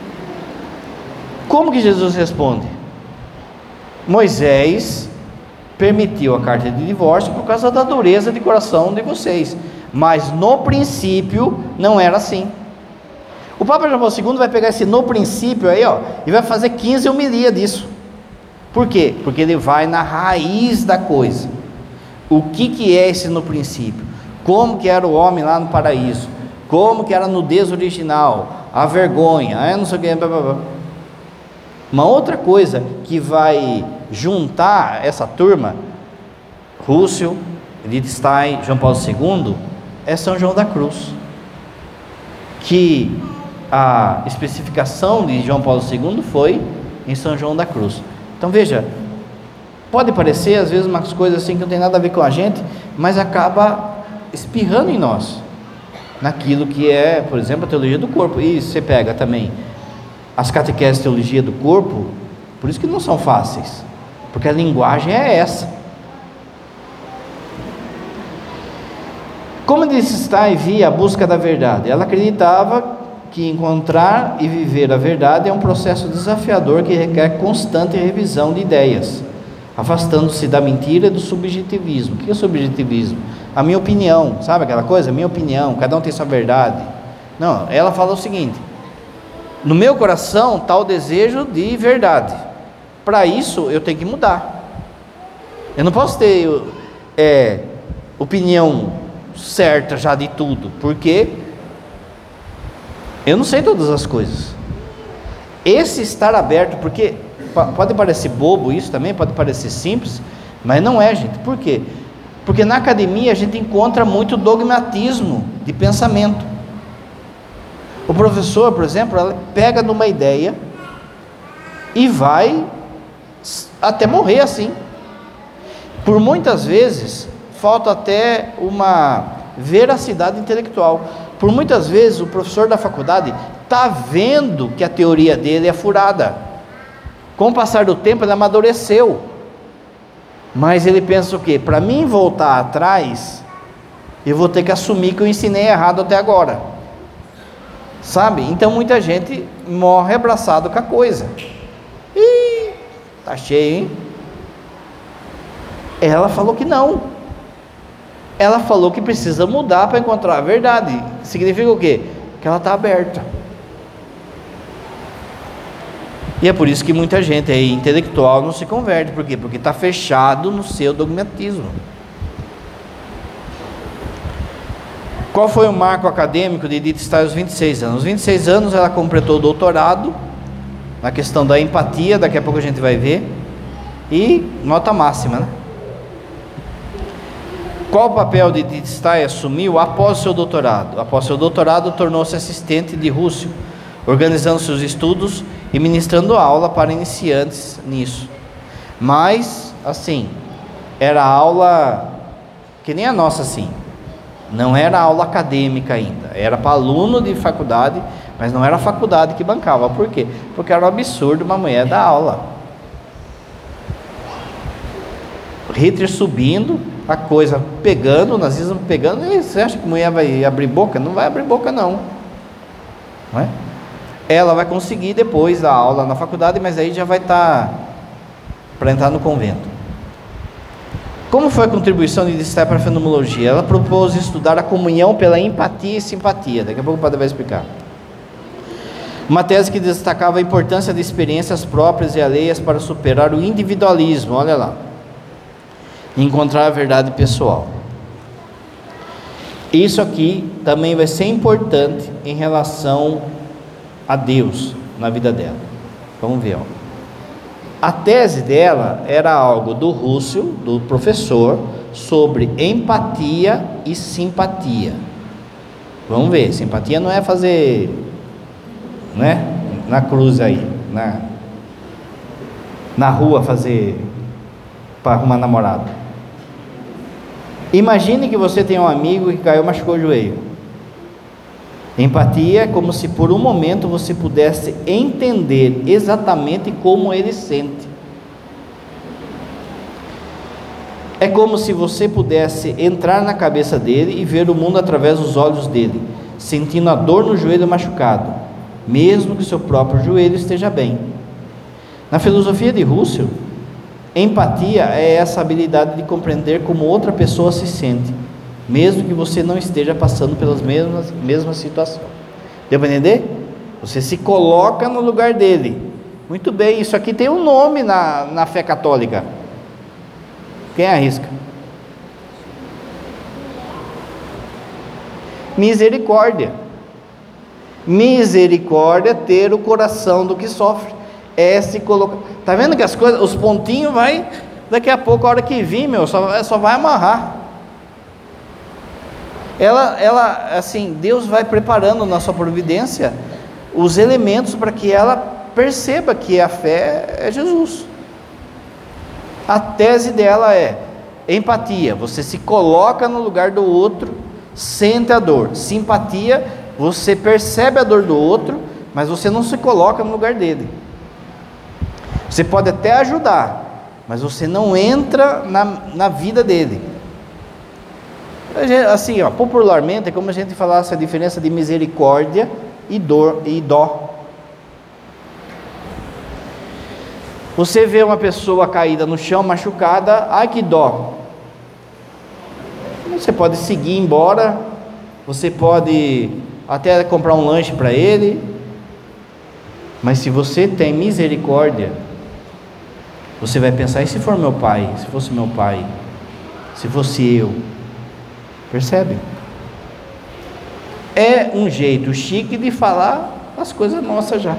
S1: Como que Jesus responde? Moisés permitiu a carta de divórcio por causa da dureza de coração de vocês, mas no princípio não era assim. O Papa João Paulo II vai pegar esse no princípio aí, ó, e vai fazer 15 homilias disso. Por quê? Porque ele vai na raiz da coisa. O que é esse no princípio? Como que era o homem lá no paraíso? Como que era a nudez original? A vergonha, não sei o que, blá, blá, blá. Uma outra coisa que vai juntar essa turma, Rússio, Edith Stein, João Paulo II, é São João da Cruz, que a especificação de João Paulo II foi em São João da Cruz. Então veja, pode parecer às vezes umas coisas assim que não tem nada a ver com a gente, mas acaba espirrando em nós, naquilo que é, por exemplo, a teologia do corpo. E você pega também as catequeses de teologia do corpo, por isso que não são fáceis, porque a linguagem é essa. Como disse Stein, via a busca da verdade. Ela acreditava que encontrar e viver a verdade é um processo desafiador que requer constante revisão de ideias, afastando-se da mentira e do subjetivismo. O que é subjetivismo? A minha opinião, sabe aquela coisa? Minha opinião, cada um tem sua verdade. Não, ela fala o seguinte: no meu coração está o desejo de verdade, para isso eu tenho que mudar. Eu não posso ter opinião certa já de tudo, porque eu não sei todas as coisas. Esse estar aberto, porque pode parecer bobo isso também, pode parecer simples, mas não é, gente. Por quê? Porque na academia a gente encontra muito dogmatismo de pensamento. O professor, por exemplo, ela pega numa ideia e vai até morrer assim. Por muitas vezes falta até uma veracidade intelectual. Por muitas vezes o professor da faculdade está vendo que a teoria dele é furada. Com o passar do tempo ele amadureceu, mas ele pensa o quê? Para mim voltar atrás, eu vou ter que assumir que eu ensinei errado até agora, sabe? Então muita gente morre abraçado com a coisa. Ih, tá cheio, hein? Ela falou que não. Ela falou que precisa mudar para encontrar a verdade. Significa o quê? Que ela está aberta. E é por isso que muita gente aí, intelectual, não se converte. Por quê? Porque está fechado no seu dogmatismo. Qual foi o marco acadêmico de Edith Stein aos 26 anos? Aos 26 anos ela completou o doutorado na questão da empatia, daqui a pouco a gente vai ver, e nota máxima, né? Qual o papel de Edith Stein assumiu após o seu doutorado? Após seu doutorado, tornou-se assistente de Rússio, organizando seus estudos e ministrando aula para iniciantes nisso. Mas, assim, era aula que nem a nossa, assim. Não era aula acadêmica ainda. Era para aluno de faculdade, mas não era a faculdade que bancava. Por quê? Porque era um absurdo uma mulher dar aula. Hitler subindo, a coisa pegando, o nazismo pegando, e você acha que a mulher vai abrir boca? Não vai abrir boca não é? Ela vai conseguir depois dar aula na faculdade, mas aí já vai estar para entrar no convento. Como foi a contribuição de Edith Stein para a fenomenologia? Ela propôs estudar a comunhão pela empatia e simpatia. Daqui a pouco o padre vai explicar. Uma tese que destacava a importância de experiências próprias e alheias para superar o individualismo, olha lá, encontrar a verdade pessoal. Isso aqui também vai ser importante em relação a Deus na vida dela. Vamos ver, ó. A tese dela era algo do Rússio, do professor, sobre empatia e simpatia. Vamos ver, simpatia não é fazer, né, na cruz aí, na rua fazer para arrumar namorado. Imagine que você tem um amigo que caiu e machucou o joelho. Empatia é como se por um momento você pudesse entender exatamente como ele sente. É como se você pudesse entrar na cabeça dele e ver o mundo através dos olhos dele, sentindo a dor no joelho machucado, mesmo que seu próprio joelho esteja bem. Na filosofia de Rússio, Empatia é essa habilidade de compreender como outra pessoa se sente, mesmo que você não esteja passando pelas mesmas situações. Deu para entender? Você se coloca no lugar dele. Muito bem, isso aqui tem um nome na fé católica. Quem arrisca? Misericórdia. Misericórdia, ter o coração do que sofre. É se colocar. Tá vendo que as coisas, os pontinhos vai, daqui a pouco, a hora que vir, só vai amarrar. Ela, assim, Deus vai preparando na sua providência os elementos para que ela perceba que a fé é Jesus. A tese dela é empatia. Você se coloca no lugar do outro, sente a dor. Simpatia, você percebe a dor do outro, mas você não se coloca no lugar dele. Você pode até ajudar, mas você não entra na vida dele. Assim, popularmente é como a gente falasse a diferença de misericórdia e dó. Você vê uma pessoa caída no chão, machucada, ai que dó. Você pode seguir embora, você pode até comprar um lanche para ele, mas se você tem misericórdia, você vai pensar: e se for meu pai? Se fosse meu pai? Se fosse eu? Percebe? É um jeito chique de falar as coisas nossas já.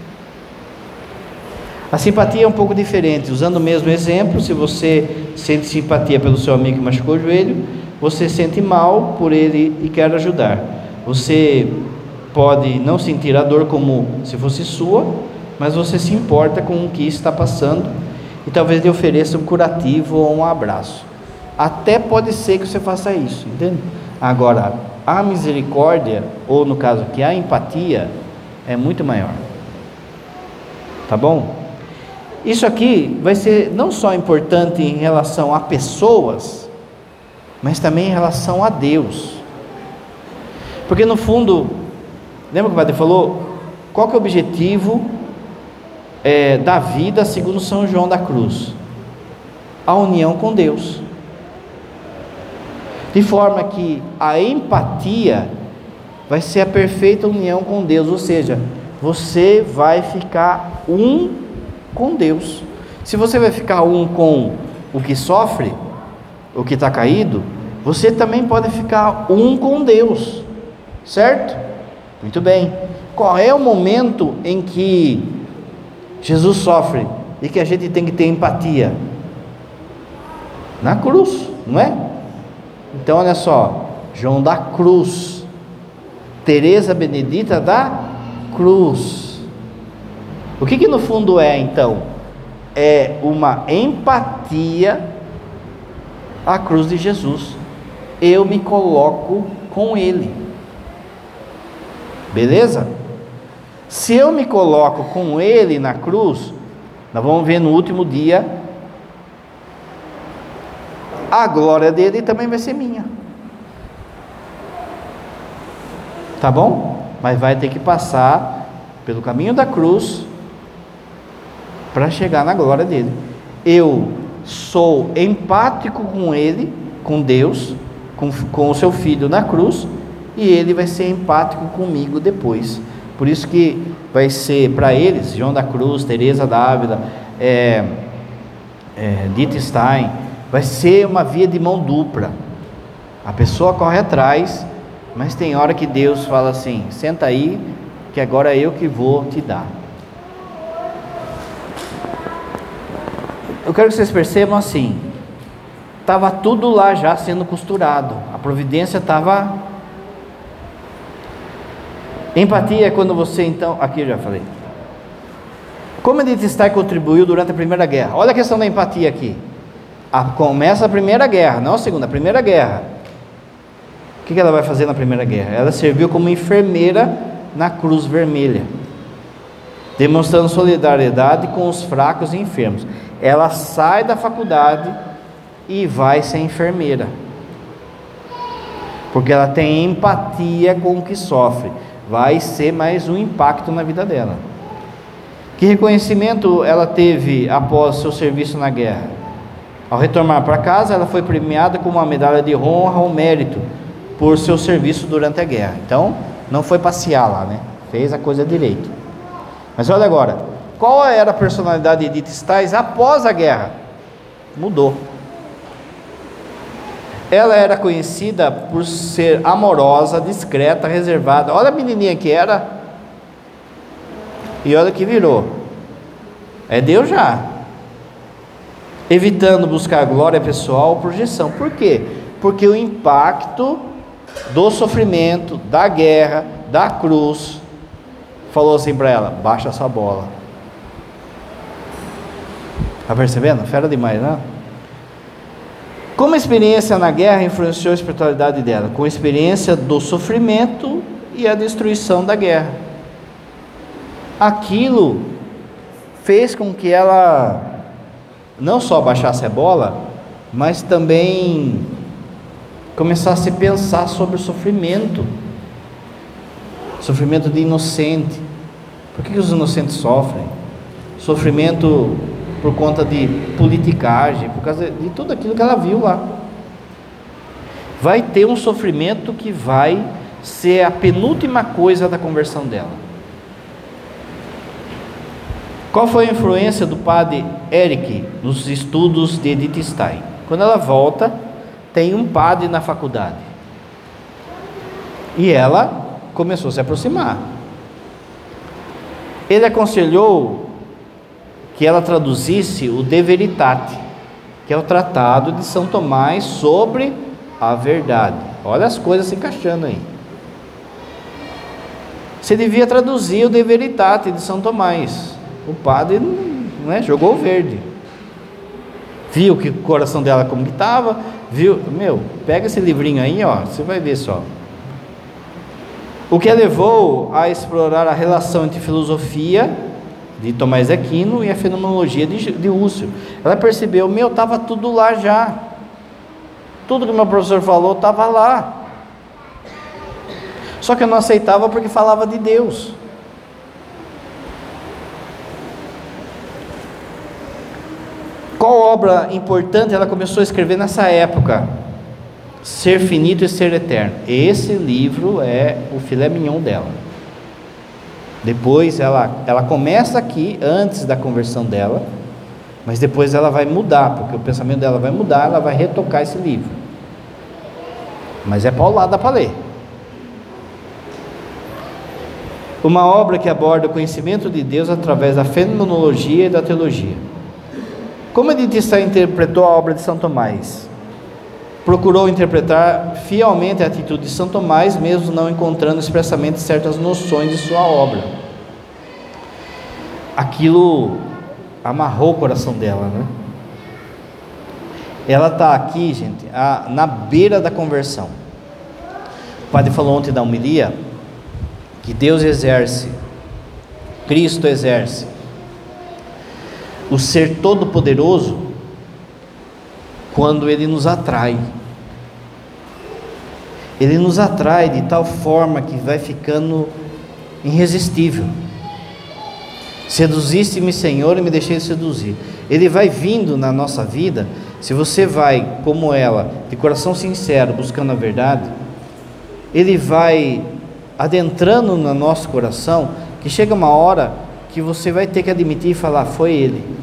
S1: A simpatia é um pouco diferente. Usando o mesmo exemplo, se você sente simpatia pelo seu amigo que machucou o joelho, você sente mal por ele e quer ajudar. Você pode não sentir a dor como se fosse sua, mas você se importa com o que está passando e talvez lhe ofereça um curativo ou um abraço. Até pode ser que você faça isso, entende? Agora, a misericórdia, ou no caso que a empatia, é muito maior. Tá bom? Isso aqui vai ser não só importante em relação a pessoas, mas também em relação a Deus. Porque no fundo, lembra que o padre falou? Qual que é o objetivo da vida segundo São João da Cruz? A união com Deus. De forma que a empatia vai ser a perfeita união com Deus, ou seja, você vai ficar um com Deus. Se você vai ficar um com o que sofre, o que está caído, você também pode ficar um com Deus, certo? Muito bem. Qual é o momento em que Jesus sofre e que a gente tem que ter empatia? Na cruz, não é? Então olha só, João da Cruz, Teresa Benedita da Cruz. O que no fundo é então? É uma empatia à cruz de Jesus. Eu me coloco com Ele. Beleza? Se eu me coloco com Ele na cruz, nós vamos ver no último dia, a glória dele também vai ser minha. Tá bom? Mas vai ter que passar pelo caminho da cruz para chegar na glória dele. Eu sou empático com ele, com Deus, com o seu filho na cruz, e ele vai ser empático comigo depois. Por isso que vai ser para eles, João da Cruz, Teresa d'Ávila, Dieter Stein, vai ser uma via de mão dupla. A pessoa corre atrás, mas tem hora que Deus fala assim: senta aí, que agora é eu que vou te dar. Eu quero que vocês percebam assim, estava tudo lá já sendo costurado, a providência estava. Empatia é quando você então, aqui eu já falei, como Edith Stein contribuiu durante a Primeira Guerra. Olha a questão da empatia aqui. Começa a Primeira Guerra, não a Segunda, a Primeira Guerra. O que ela vai fazer na Primeira Guerra? Ela serviu como enfermeira na Cruz Vermelha, demonstrando solidariedade com os fracos e enfermos. Ela sai da faculdade e vai ser enfermeira, porque ela tem empatia com o que sofre. Vai ser mais um impacto na vida dela. Que reconhecimento ela teve após seu serviço na guerra? Ao retornar para casa, ela foi premiada com uma medalha de honra ao mérito por seu serviço durante a guerra. Então, não foi passear lá, né? Fez a coisa direito. Mas olha agora, qual era a personalidade de Edith Stein após a guerra? Mudou. Ela era conhecida por ser amorosa, discreta, reservada. Olha a menininha que era, e olha que virou. É Deus já. Evitando buscar glória pessoal ou projeção. Por quê? Porque o impacto do sofrimento, da guerra, da cruz, falou assim para ela: baixa essa bola. Está percebendo? Fera demais, né? Como a experiência na guerra influenciou a espiritualidade dela? Com a experiência do sofrimento e a destruição da guerra. Aquilo fez com que ela não só baixasse a bola, mas também começasse a pensar sobre o sofrimento de inocente. Por que os inocentes sofrem? Sofrimento por conta de politicagem, por causa de tudo aquilo que ela viu lá. Vai ter um sofrimento que vai ser a penúltima coisa da conversão dela. Qual foi a influência do padre Eric nos estudos de Edith Stein? Quando ela volta, tem um padre na faculdade, e ela começou a se aproximar. Ele aconselhou que ela traduzisse o De Veritate, que é o tratado de São Tomás sobre a verdade. Olha as coisas se encaixando aí. Você devia traduzir o De Veritate de São Tomás. O padre jogou verde. Viu que o coração dela como que estava, viu, pega esse livrinho aí, ó, você vai ver só. O que a levou a explorar a relação entre filosofia de Tomás de Aquino e a fenomenologia de Husserl. Ela percebeu, estava tudo lá já. Tudo que o meu professor falou estava lá. Só que eu não aceitava porque falava de Deus. Qual obra importante ela começou a escrever nessa época? Ser Finito e Ser Eterno. Esse livro é o filé mignon dela. Depois ela começa aqui, antes da conversão dela, mas depois ela vai mudar, porque o pensamento dela vai mudar, ela vai retocar esse livro. Mas é paulada para ler. Uma obra que aborda o conhecimento de Deus através da fenomenologia e da teologia. Como Edith Stein interpretou a obra de São Tomás? Procurou interpretar fielmente a atitude de São Tomás, mesmo não encontrando expressamente certas noções de sua obra. Aquilo amarrou o coração dela, né? Ela está aqui, gente, na beira da conversão. O padre falou ontem da homilia que Deus exerce, Cristo exerce o ser todo-poderoso quando Ele nos atrai. Ele nos atrai de tal forma que vai ficando irresistível. Seduziste-me, Senhor, e me deixei seduzir. Ele vai vindo na nossa vida. Se você vai, como ela, de coração sincero, buscando a verdade, Ele vai adentrando no nosso coração, que chega uma hora que você vai ter que admitir e falar, foi Ele.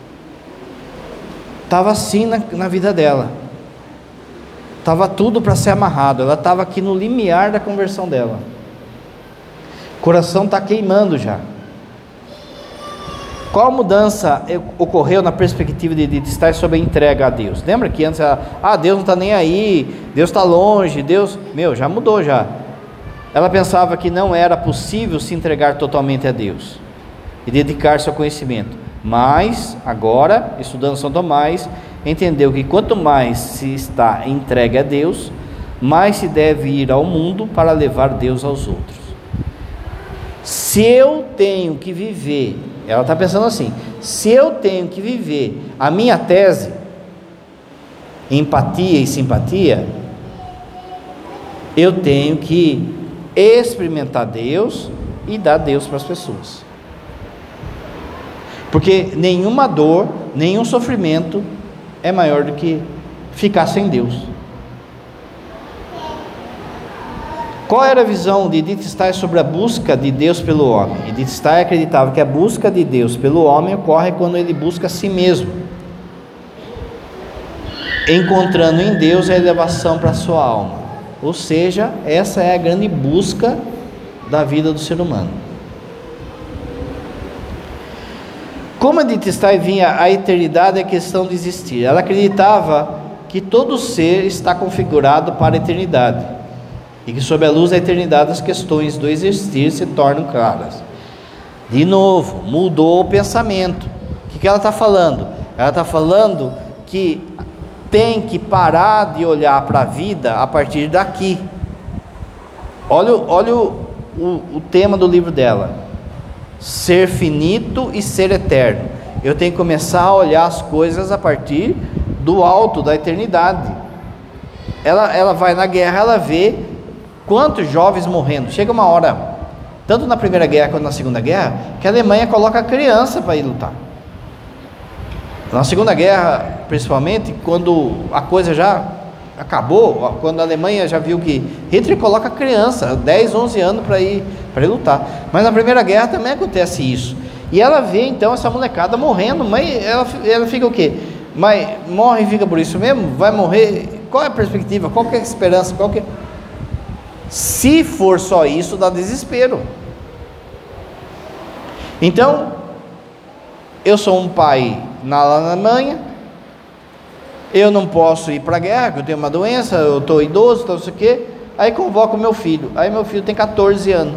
S1: Estava assim na vida dela. Estava tudo para ser amarrado. Ela estava aqui no limiar da conversão dela. O coração está queimando já. Qual mudança ocorreu na perspectiva de Edith Stein sobre a entrega a Deus? Lembra que antes ela, Deus não está nem aí, Deus está longe, Deus... já mudou já. Ela pensava que não era possível se entregar totalmente a Deus e dedicar-se ao conhecimento. Mas, agora, estudando São Tomás, entendeu que quanto mais se está entregue a Deus, mais se deve ir ao mundo para levar Deus aos outros. Se eu tenho que viver, ela está pensando assim, se eu tenho que viver a minha tese, empatia e simpatia, eu tenho que experimentar Deus e dar Deus para as pessoas. Porque nenhuma dor, nenhum sofrimento é maior do que ficar sem Deus. Qual era a visão de Edith Stein sobre a busca de Deus pelo homem? Edith Stein acreditava que a busca de Deus pelo homem ocorre quando ele busca a si mesmo, encontrando em Deus a elevação para a sua alma. Ou seja, essa é a grande busca da vida do ser humano. Como Edith Stein vinha a eternidade é questão de existir. Ela acreditava que todo ser está configurado para a eternidade, e que sob a luz da eternidade as questões do existir se tornam claras. De novo, mudou o pensamento. O que ela está falando? Ela está falando que tem que parar de olhar para a vida a partir daqui. Olha o tema do livro dela: ser finito e ser eterno. Eu tenho que começar a olhar as coisas a partir do alto, da eternidade. Ela vai na guerra, ela vê quantos jovens morrendo. Chega uma hora, tanto na Primeira Guerra quanto na Segunda Guerra, que a Alemanha coloca a criança para ir lutar. Na Segunda Guerra, principalmente, quando a coisa já acabou, quando a Alemanha já viu que Hitler coloca a criança, 10, 11 anos para ir lutar. Mas na Primeira Guerra também acontece isso. E ela vê então essa molecada morrendo, mas ela fica o quê? Mas morre e fica por isso mesmo? Vai morrer? Qual é a perspectiva? Qual que é a esperança? Se for só isso, dá desespero. Então, eu sou um pai na Alemanha, eu não posso ir para a guerra, porque eu tenho uma doença, eu estou idoso, não sei o quê. Aí convoco meu filho. Aí meu filho tem 14 anos.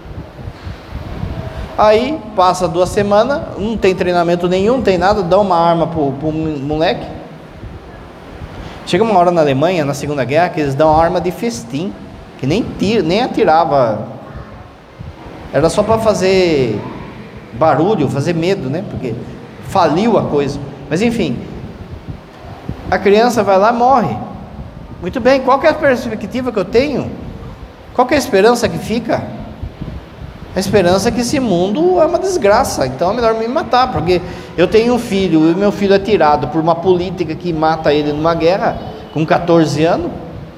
S1: Aí passa 2 semanas, não tem treinamento nenhum, não tem nada, dá uma arma pro moleque. Chega uma hora na Alemanha, na Segunda Guerra, que eles dão arma de festim, que nem atirava, era só para fazer barulho, fazer medo, né? Porque faliu a coisa. Mas enfim, a criança vai lá e morre. Muito bem, qual que é a perspectiva que eu tenho? Qual que é a esperança que fica? A esperança é que esse mundo é uma desgraça, então é melhor me matar, porque eu tenho um filho, e meu filho é tirado por uma política que mata ele numa guerra, com 14 anos.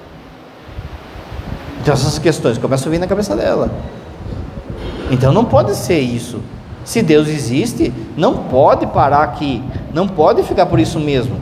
S1: Então essas questões começam a vir na cabeça dela. Então não pode ser isso. Se Deus existe, não pode parar aqui, não pode ficar por isso mesmo.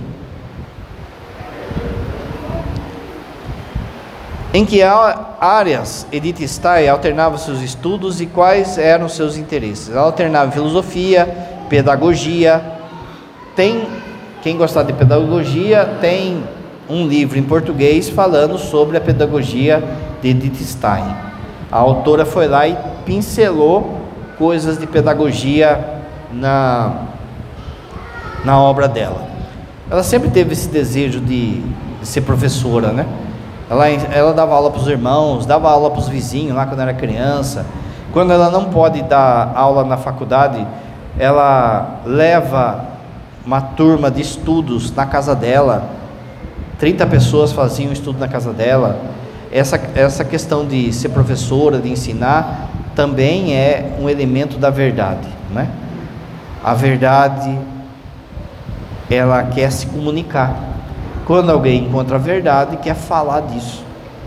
S1: Em que áreas Edith Stein alternava seus estudos e quais eram seus interesses? Ela alternava filosofia, pedagogia. Quem gostar de pedagogia, tem um livro em português falando sobre a pedagogia de Edith Stein. A autora foi lá e pincelou coisas de pedagogia na obra dela. Ela sempre teve esse desejo de ser professora, né? Ela dava aula para os irmãos, dava aula para os vizinhos lá quando era criança. Quando ela não pode dar aula na faculdade, ela leva uma turma de estudos na casa dela. 30 pessoas faziam estudo na casa dela. Essa questão de ser professora, de ensinar, também é um elemento da verdade, né? A verdade, ela quer se comunicar. Quando alguém encontra a verdade, quer falar disso.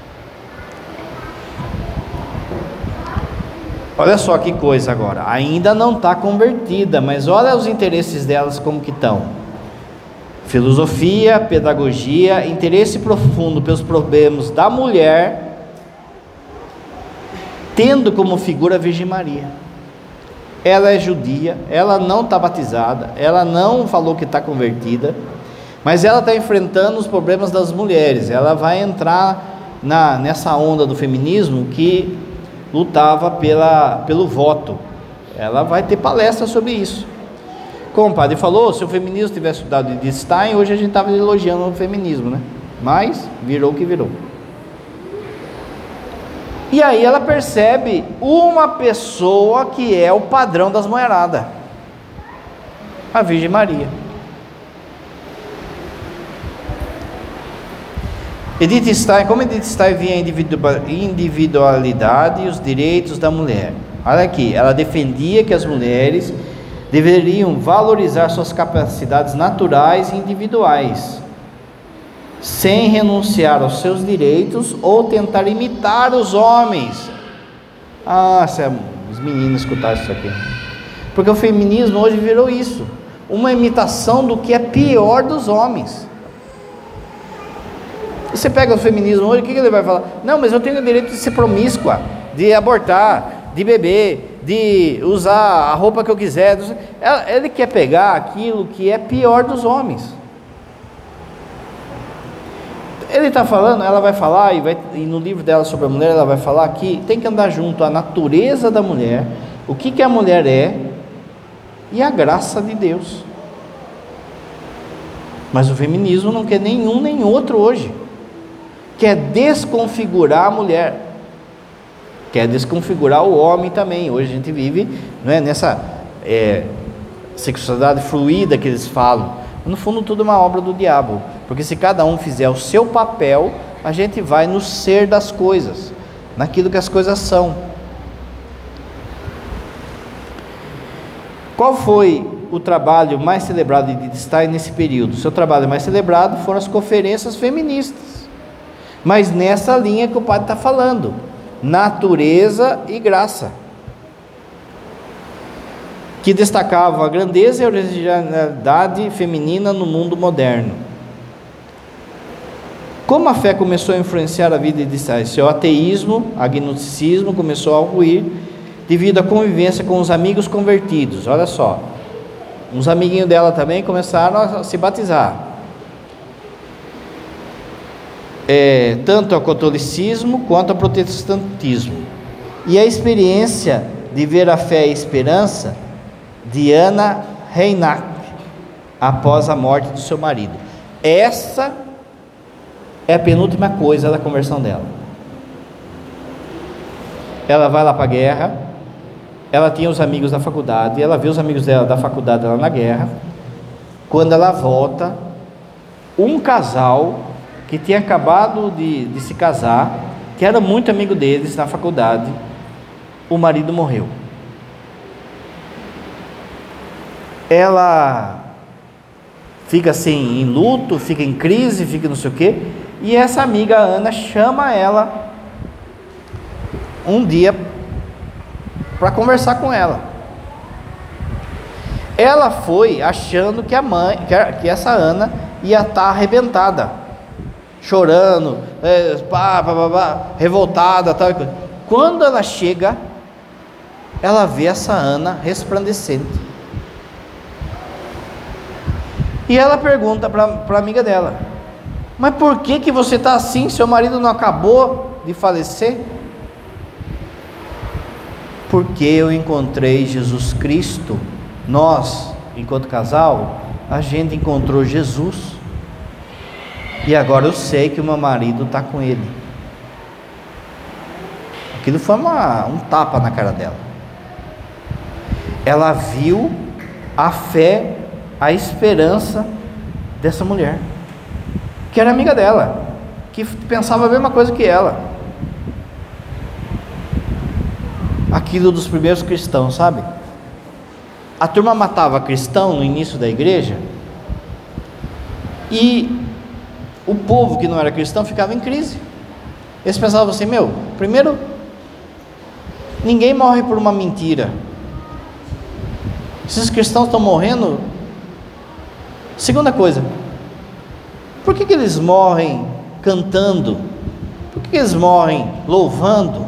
S1: Olha só que coisa agora. Ainda não está convertida, mas olha os interesses delas como que estão. Filosofia, pedagogia, interesse profundo pelos problemas da mulher, tendo como figura a Virgem Maria. Ela é judia, ela não está batizada, ela não falou que está convertida, mas ela está enfrentando os problemas das mulheres. Ela vai entrar nessa onda do feminismo que lutava pelo voto. Ela vai ter palestra sobre isso. Como o padre falou, se o feminismo tivesse estudado de Stein, hoje a gente estava elogiando o feminismo, né? Mas virou o que virou. E aí ela percebe uma pessoa que é o padrão das mulheradas, a Virgem Maria. Edith Stein, como Edith Stein via a individualidade e os direitos da mulher. Olha aqui, ela defendia que as mulheres deveriam valorizar suas capacidades naturais e individuais, sem renunciar aos seus direitos ou tentar imitar os homens. Se os meninos escutassem isso aqui. Porque o feminismo hoje virou isso, uma imitação do que é pior dos homens. Você pega o feminismo hoje, o que ele vai falar? Não, mas eu tenho o direito de ser promíscua, de abortar, de beber, de usar a roupa que eu quiser. Ele quer pegar aquilo que é pior dos homens. Ele está falando, ela vai falar, e no livro dela sobre a mulher, ela vai falar que tem que andar junto a natureza da mulher, o que a mulher é, e a graça de Deus. Mas o feminismo não quer nenhum nem outro hoje. Quer desconfigurar a mulher, quer desconfigurar o homem também. Hoje a gente vive, não é, nessa sexualidade fluida que eles falam. No fundo tudo é uma obra do diabo, porque se cada um fizer o seu papel, a gente vai no ser das coisas, naquilo que as coisas são. Qual foi o trabalho mais celebrado de Edith Stein nesse período? O seu trabalho mais celebrado foram as conferências feministas, mas nessa linha que o padre está falando, natureza e graça, que destacavam a grandeza e a originalidade feminina no mundo moderno. Como a fé começou a influenciar a vida de Stein? Seu ateísmo, agnosticismo começou a ruir devido à convivência com os amigos convertidos. Olha só, uns amiguinhos dela também começaram a se batizar. Tanto ao catolicismo quanto ao protestantismo. E a experiência de ver a fé e a esperança de Anna Reinach após a morte do seu marido. Essa é a penúltima coisa da conversão dela. Ela vai lá para a guerra, ela tinha os amigos da faculdade, ela viu os amigos dela da faculdade lá na guerra. Quando ela volta, um casal que tinha acabado de se casar, que era muito amigo deles na faculdade, o marido morreu. Ela fica assim em luto, fica em crise, fica não sei o quê, e essa amiga Ana chama ela um dia para conversar com ela. Ela foi achando que a mãe, que essa Ana ia estar arrebentada, chorando, revoltada, tal. Quando ela chega, ela vê essa Ana resplandecente. E ela pergunta para a amiga dela: mas por que você está assim? Seu marido não acabou de falecer? Porque eu encontrei Jesus Cristo. Nós, enquanto casal, a gente encontrou Jesus, e agora eu sei que o meu marido está com ele. Aquilo foi um tapa na cara dela. Ela viu a fé, a esperança dessa mulher, que era amiga dela, que pensava a mesma coisa que ela. Aquilo dos primeiros cristãos, sabe? A turma matava cristão no início da igreja, e o povo que não era cristão ficava em crise. Eles pensavam assim: primeiro, ninguém morre por uma mentira. Esses cristãos estão morrendo. Segunda coisa, por que eles morrem cantando? Por que eles morrem louvando?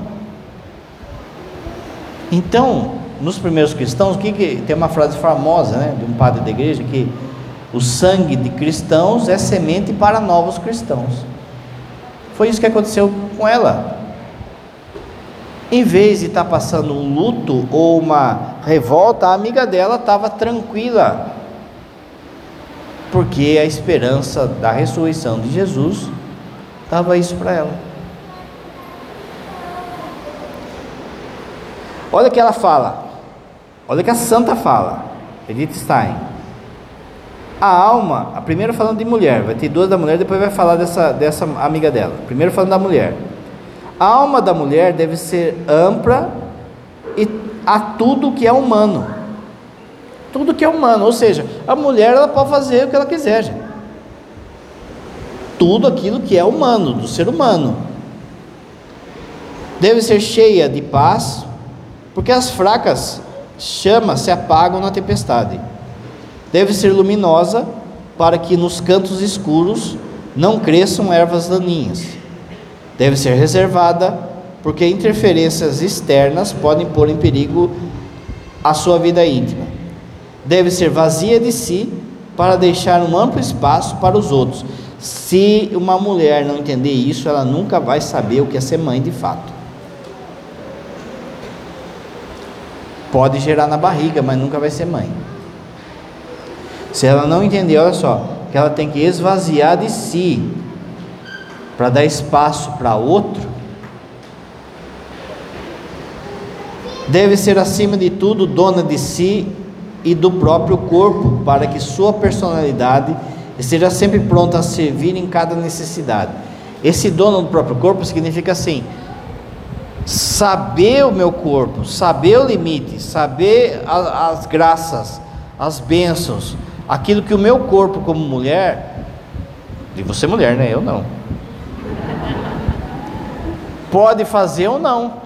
S1: Então, nos primeiros cristãos, tem uma frase famosa, né, de um padre da igreja, que o sangue de cristãos é semente para novos cristãos. Foi isso que aconteceu com ela. Em vez de estar passando um luto ou uma revolta, a amiga dela estava tranquila, porque a esperança da ressurreição de Jesus estava isso para ela. Olha o que ela fala, olha o que a santa fala, Edith Stein. A alma, a primeiro falando de mulher, vai ter duas da mulher, depois vai falar dessa amiga dela. Primeiro falando da mulher. A alma da mulher deve ser ampla a tudo que é humano, Tudo que é humano, ou seja, a mulher ela pode fazer o que ela quiser, gente. Tudo aquilo que é humano, do ser humano. Deve ser cheia de paz, porque as fracas chamas se apagam na tempestade. Deve ser luminosa, para que nos cantos escuros não cresçam ervas daninhas. Deve ser reservada, porque interferências externas podem pôr em perigo a sua vida íntima. Deve ser vazia de si, para deixar um amplo espaço para os outros. Se uma mulher não entender isso, ela nunca vai saber o que é ser mãe de fato. Pode gerar na barriga, mas nunca vai ser mãe. Se ela não entender, olha só, que ela tem que esvaziar de si para dar espaço para outro. Deve ser acima de tudo dona de si e do próprio corpo, para que sua personalidade esteja sempre pronta a servir em cada necessidade. Esse dono do próprio corpo significa assim: saber o meu corpo, saber o limite, saber as graças, as bênçãos, aquilo que o meu corpo como mulher, e você mulher, né? Eu não, pode fazer ou não.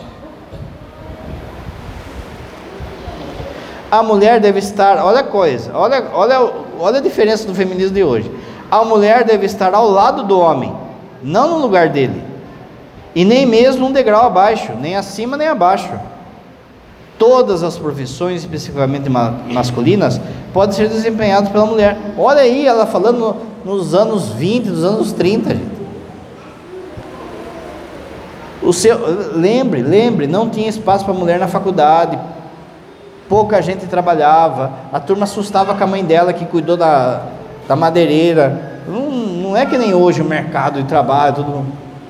S1: A mulher deve estar, olha a coisa, olha a diferença do feminismo de hoje. A mulher deve estar ao lado do homem, não no lugar dele, e nem mesmo um degrau abaixo, nem acima nem abaixo. Todas as profissões, especificamente masculinas, podem ser desempenhadas pela mulher. Olha aí, ela falando nos anos 20, nos anos 30, gente. Lembre, não tinha espaço para mulher na faculdade, pouca gente trabalhava, a turma assustava com a mãe dela que cuidou da madeireira. Não é que nem hoje o mercado de trabalho, tudo.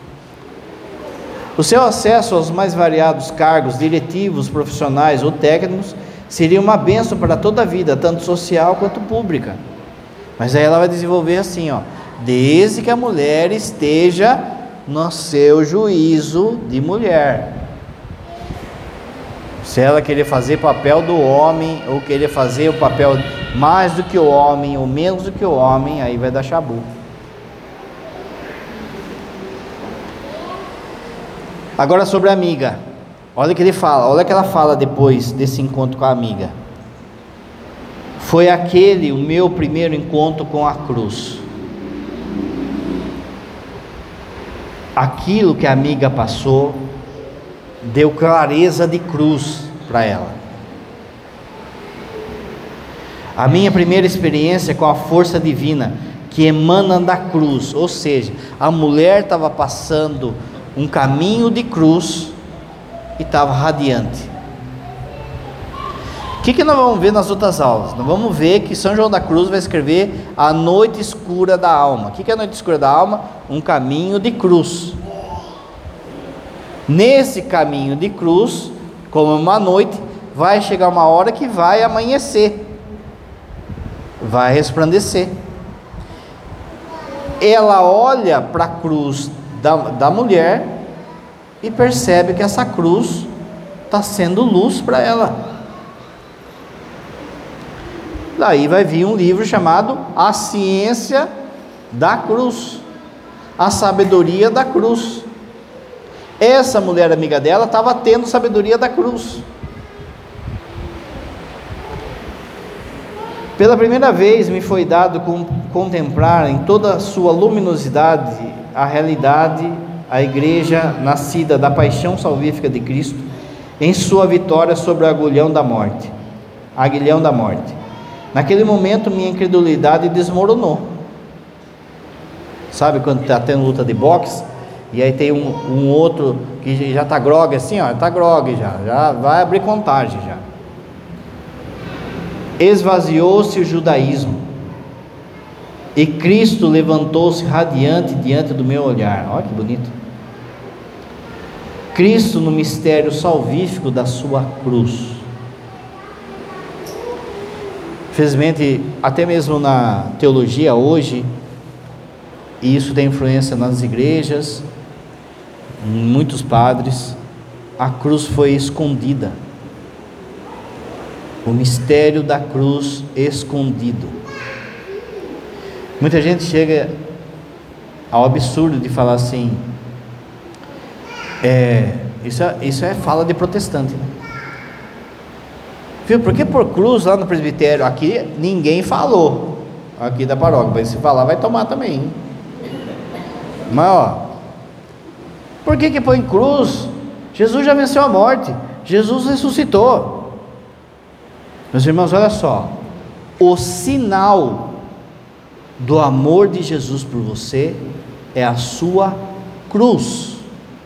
S1: O seu acesso aos mais variados cargos diretivos, profissionais ou técnicos seria uma bênção para toda a vida, tanto social quanto pública. Mas aí ela vai desenvolver assim, ó: desde que a mulher esteja no seu juízo de mulher. Se ela querer fazer papel do homem, ou querer fazer o papel mais do que o homem, ou menos do que o homem, aí vai dar chabu. Agora sobre a amiga, olha o que ele fala, olha o que ela fala depois desse encontro com a amiga. Foi aquele o meu primeiro encontro com a cruz. Aquilo que a amiga passou deu clareza de cruz para ela. A minha primeira experiência com a força divina que emana da cruz, ou seja, a mulher estava passando um caminho de cruz e estava radiante. O que nós vamos ver nas outras aulas? Nós vamos ver que São João da Cruz vai escrever a noite escura da alma. O que é a noite escura da alma? Um caminho de cruz. Nesse caminho de cruz, como uma noite, vai chegar uma hora que vai amanhecer, vai resplandecer. Ela olha para a cruz da mulher e percebe que essa cruz está sendo luz para ela. Daí vai vir um livro chamado A Ciência da Cruz, a Sabedoria da Cruz. Essa mulher amiga dela estava tendo sabedoria da cruz. Pela primeira vez me foi dado contemplar em toda a sua luminosidade a realidade, a igreja nascida da paixão salvífica de Cristo, em sua vitória sobre o aguilhão da morte. Naquele momento minha incredulidade desmoronou. Sabe quando está tendo luta de boxe, e aí tem um outro que já está grogue assim, ó, está grogue já vai abrir contagem já. Esvaziou-se o judaísmo, e Cristo levantou-se radiante diante do meu olhar. Olha que bonito. Cristo no mistério salvífico da sua cruz. Infelizmente, até mesmo na teologia hoje, e isso tem influência nas igrejas, em muitos padres, a cruz foi escondida. O mistério da cruz escondido. Muita gente chega ao absurdo de falar assim, isso é fala de protestante, né? Viu? Por que por cruz lá no presbitério? Aqui ninguém falou, aqui da paróquia, mas se falar vai tomar também, hein? Mas ó, por que põe cruz? Jesus já venceu a morte, Jesus ressuscitou. Meus irmãos, olha só, o sinal do amor de Jesus por você é a sua cruz.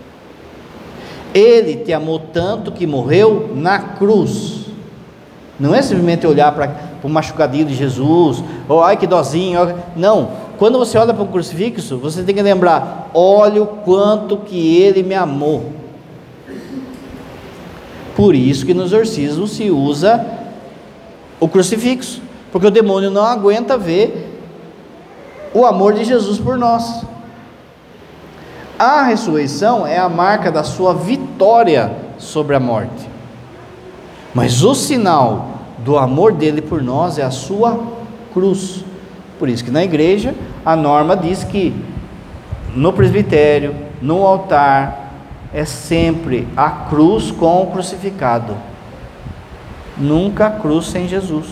S1: Ele te amou tanto que morreu na cruz. Não é simplesmente olhar para o machucadinho de Jesus, ou ai que dozinho, não. Quando você olha para um crucifixo, você tem que lembrar, olha o quanto que ele me amou. Por isso que no exorcismo se usa o crucifixo, porque o demônio não aguenta ver o amor de Jesus por nós. A ressurreição é a marca da sua vitória sobre a morte, mas o sinal do amor dele por nós é a sua cruz. Por isso que na igreja a norma diz que no presbitério, no altar, é sempre a cruz com o crucificado, nunca a cruz sem Jesus.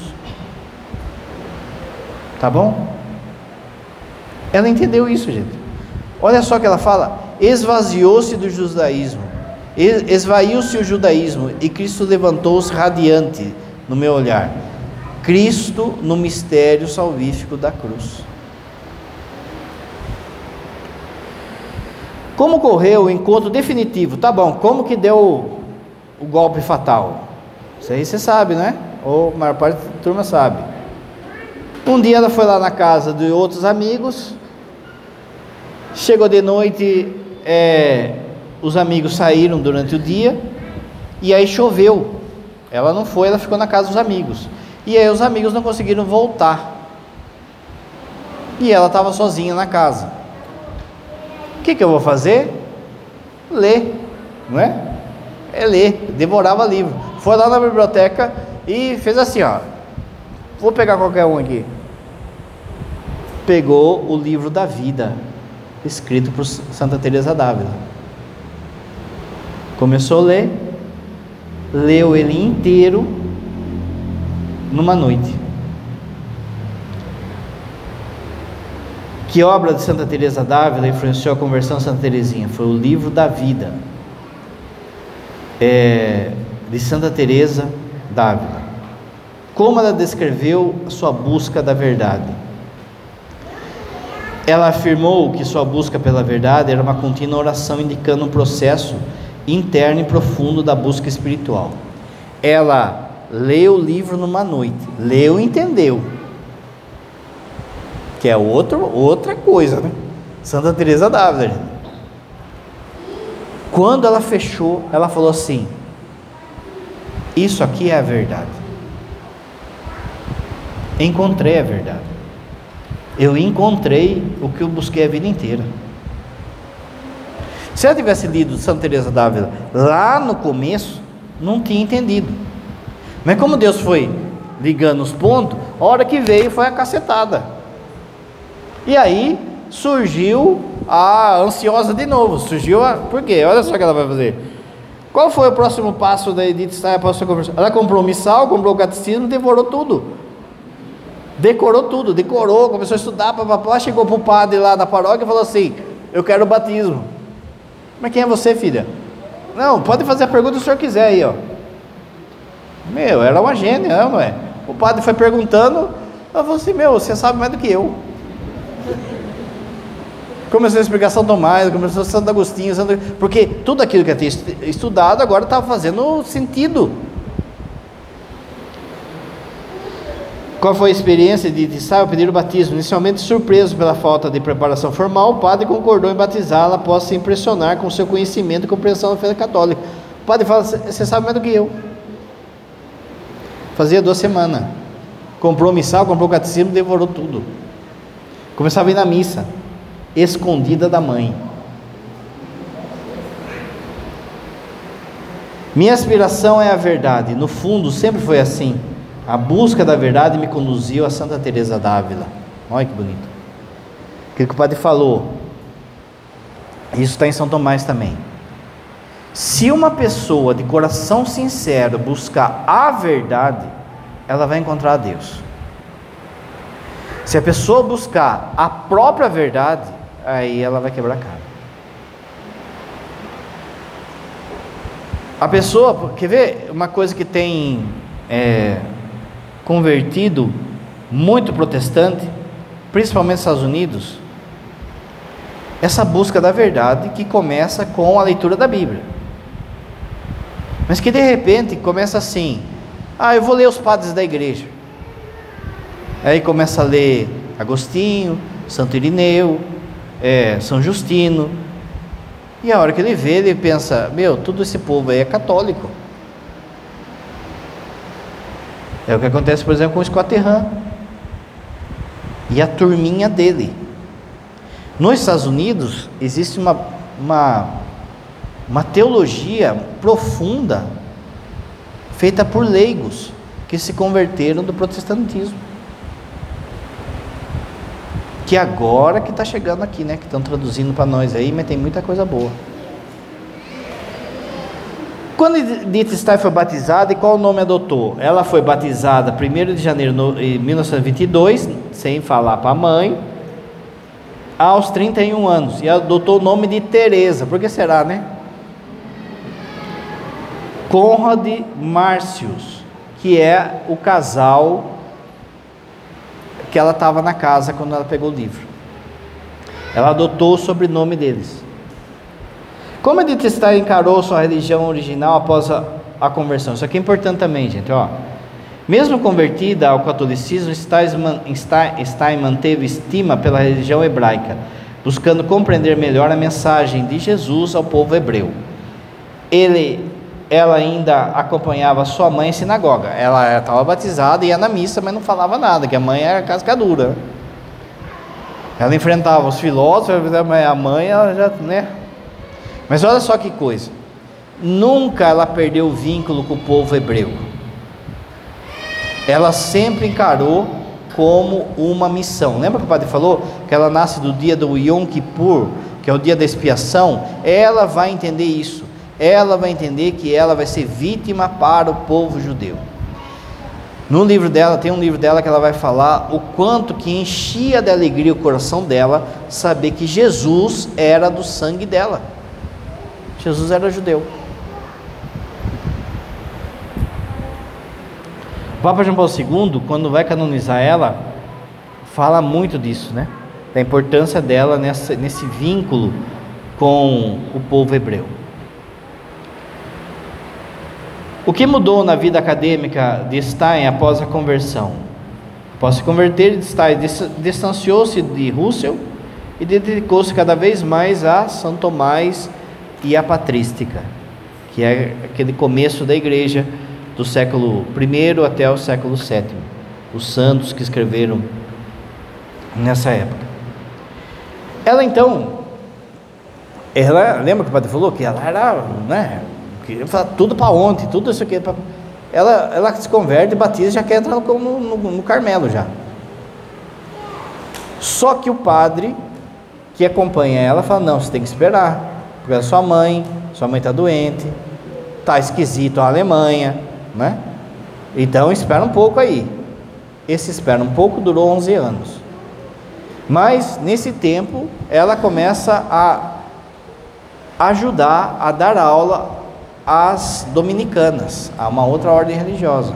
S1: Tá bom? Ela entendeu isso, gente. Olha só que ela fala: esvaziou-se do judaísmo, esvaiu-se o judaísmo, e Cristo levantou-se radiante no meu olhar. Cristo no mistério salvífico da cruz. Como correu o encontro definitivo? Tá bom, como que deu o golpe fatal? Isso aí você sabe, né? Ou a maior parte da turma sabe. Um dia ela foi lá na casa de outros amigos, chegou de noite, os amigos saíram durante o dia, e aí choveu. Ela não foi, ela ficou na casa dos amigos, e aí os amigos não conseguiram voltar, e ela estava sozinha na casa. O que eu vou fazer? Ler, não é? Ler, devorava livro. Foi lá na biblioteca e fez assim, ó, vou pegar qualquer um aqui. Pegou o livro da vida, escrito por Santa Teresa d'Ávila. Começou a ler, leu ele inteiro numa noite. Que obra de Santa Teresa d'Ávila influenciou a conversão de Santa Teresinha? Foi o livro da vida, de Santa Teresa d'Ávila. Como ela descreveu a sua busca da verdade? Ela afirmou que sua busca pela verdade era uma contínua oração, indicando um processo interno e profundo da busca espiritual. Ela leu o livro numa noite, leu e entendeu, que é outra coisa, né? Santa Teresa d'Ávila. Quando ela fechou, ela falou assim: isso aqui é a verdade. Encontrei a verdade. Eu encontrei o que eu busquei a vida inteira. Se ela tivesse lido Santa Teresa d'Ávila lá no começo, não tinha entendido. Mas como Deus foi ligando os pontos, a hora que veio foi a cacetada. E aí surgiu a ansiosa de novo. Por quê? Olha só o que ela vai fazer. Qual foi o próximo passo da Edith Stein após a sua conversão? Ela comprou o missal, comprou o catecismo, decorou tudo, começou a estudar, chegou para o padre lá da paróquia e falou assim: eu quero o batismo. Mas quem é você, filha? Não, pode fazer a pergunta que o senhor quiser aí, ó. Era uma gênia, não é? O padre foi perguntando, ela falou assim: você sabe mais do que eu. Começou a explicar São Tomás, começou Santo Agostinho, porque tudo aquilo que eu tinha estudado agora estava fazendo sentido. Qual foi a experiência de Sá ao pedir o batismo? Inicialmente surpreso pela falta de preparação formal, o padre concordou em batizá-la após se impressionar com seu conhecimento e compreensão da fé católica. O padre fala: você sabe mais do que eu. Fazia 2 semanas, comprou o missal, comprou o catecismo, devorou tudo. Começava a ir na missa, escondida da mãe. Minha aspiração é a verdade. No fundo sempre foi assim. A busca da verdade me conduziu a Santa Teresa d'Ávila. Olha que bonito. Aquilo que o padre falou, isso está em São Tomás também. Se uma pessoa de coração sincero buscar a verdade, ela vai encontrar a Deus. Se a pessoa buscar a própria verdade, aí ela vai quebrar a cara. A pessoa, quer ver uma coisa que tem convertido muito protestante, principalmente nos Estados Unidos, essa busca da verdade que começa com a leitura da Bíblia, mas que de repente começa assim: eu vou ler os padres da igreja. Aí começa a ler Agostinho, Santo Irineu, São Justino, e a hora que ele vê, ele pensa: tudo esse povo aí é católico. É o que acontece, por exemplo, com o Scott Hahn e a turminha dele. Nos Estados Unidos existe uma teologia profunda feita por leigos que se converteram do protestantismo, que agora que está chegando aqui, né? Que estão traduzindo para nós aí, mas tem muita coisa boa. Quando Edith Stein foi batizada, e qual o nome adotou? Ela foi batizada 1º de janeiro de 1922, sem falar para a mãe, aos 31 anos, e adotou o nome de Teresa. Por que será, né? Conrad Marcius, que é o casal que ela estava na casa quando ela pegou o livro. Ela adotou o sobrenome deles. Como Edith Stein encarou sua religião original após a conversão? Isso aqui é importante também, gente. Mesmo convertida ao catolicismo, Stein manteve estima pela religião hebraica, buscando compreender melhor a mensagem de Jesus ao povo hebreu. Ela ainda acompanhava sua mãe em sinagoga. Ela estava batizada e ia na missa, mas não falava nada, que a mãe era cascadura. Ela enfrentava os filósofos, a mãe, ela já, né? Mas olha só que coisa. Nunca ela perdeu o vínculo com o povo hebreu. Ela sempre encarou como uma missão. Lembra que o padre falou que ela nasce do dia do Yom Kippur, que é o dia da expiação? Ela vai entender isso. Ela vai entender que ela vai ser vítima para o povo judeu. No livro dela, tem um livro dela que ela vai falar o quanto que enchia de alegria o coração dela saber que Jesus era do sangue dela. Jesus era judeu. O Papa João Paulo II, quando vai canonizar ela, fala muito disso, né? Da importância dela nesse vínculo com o povo hebreu. O que mudou na vida acadêmica de Stein após a conversão? Após se converter, Stein distanciou-se de Russell e dedicou-se cada vez mais a São Tomás e a patrística, que é aquele começo da igreja do século I até o século VII, os santos que escreveram nessa época. Ela então, lembra que o padre falou que ela era, né, queria falar tudo para ontem, tudo isso aqui, ela se converte, batiza e já quer entrar no Carmelo já. Só que o padre que acompanha ela fala: não, você tem que esperar, porque é sua mãe está doente, está esquisito a Alemanha, né? Então espera um pouco aí. Esse espera um pouco durou 11 anos. Mas nesse tempo ela começa a ajudar a dar aula às dominicanas, a uma outra ordem religiosa.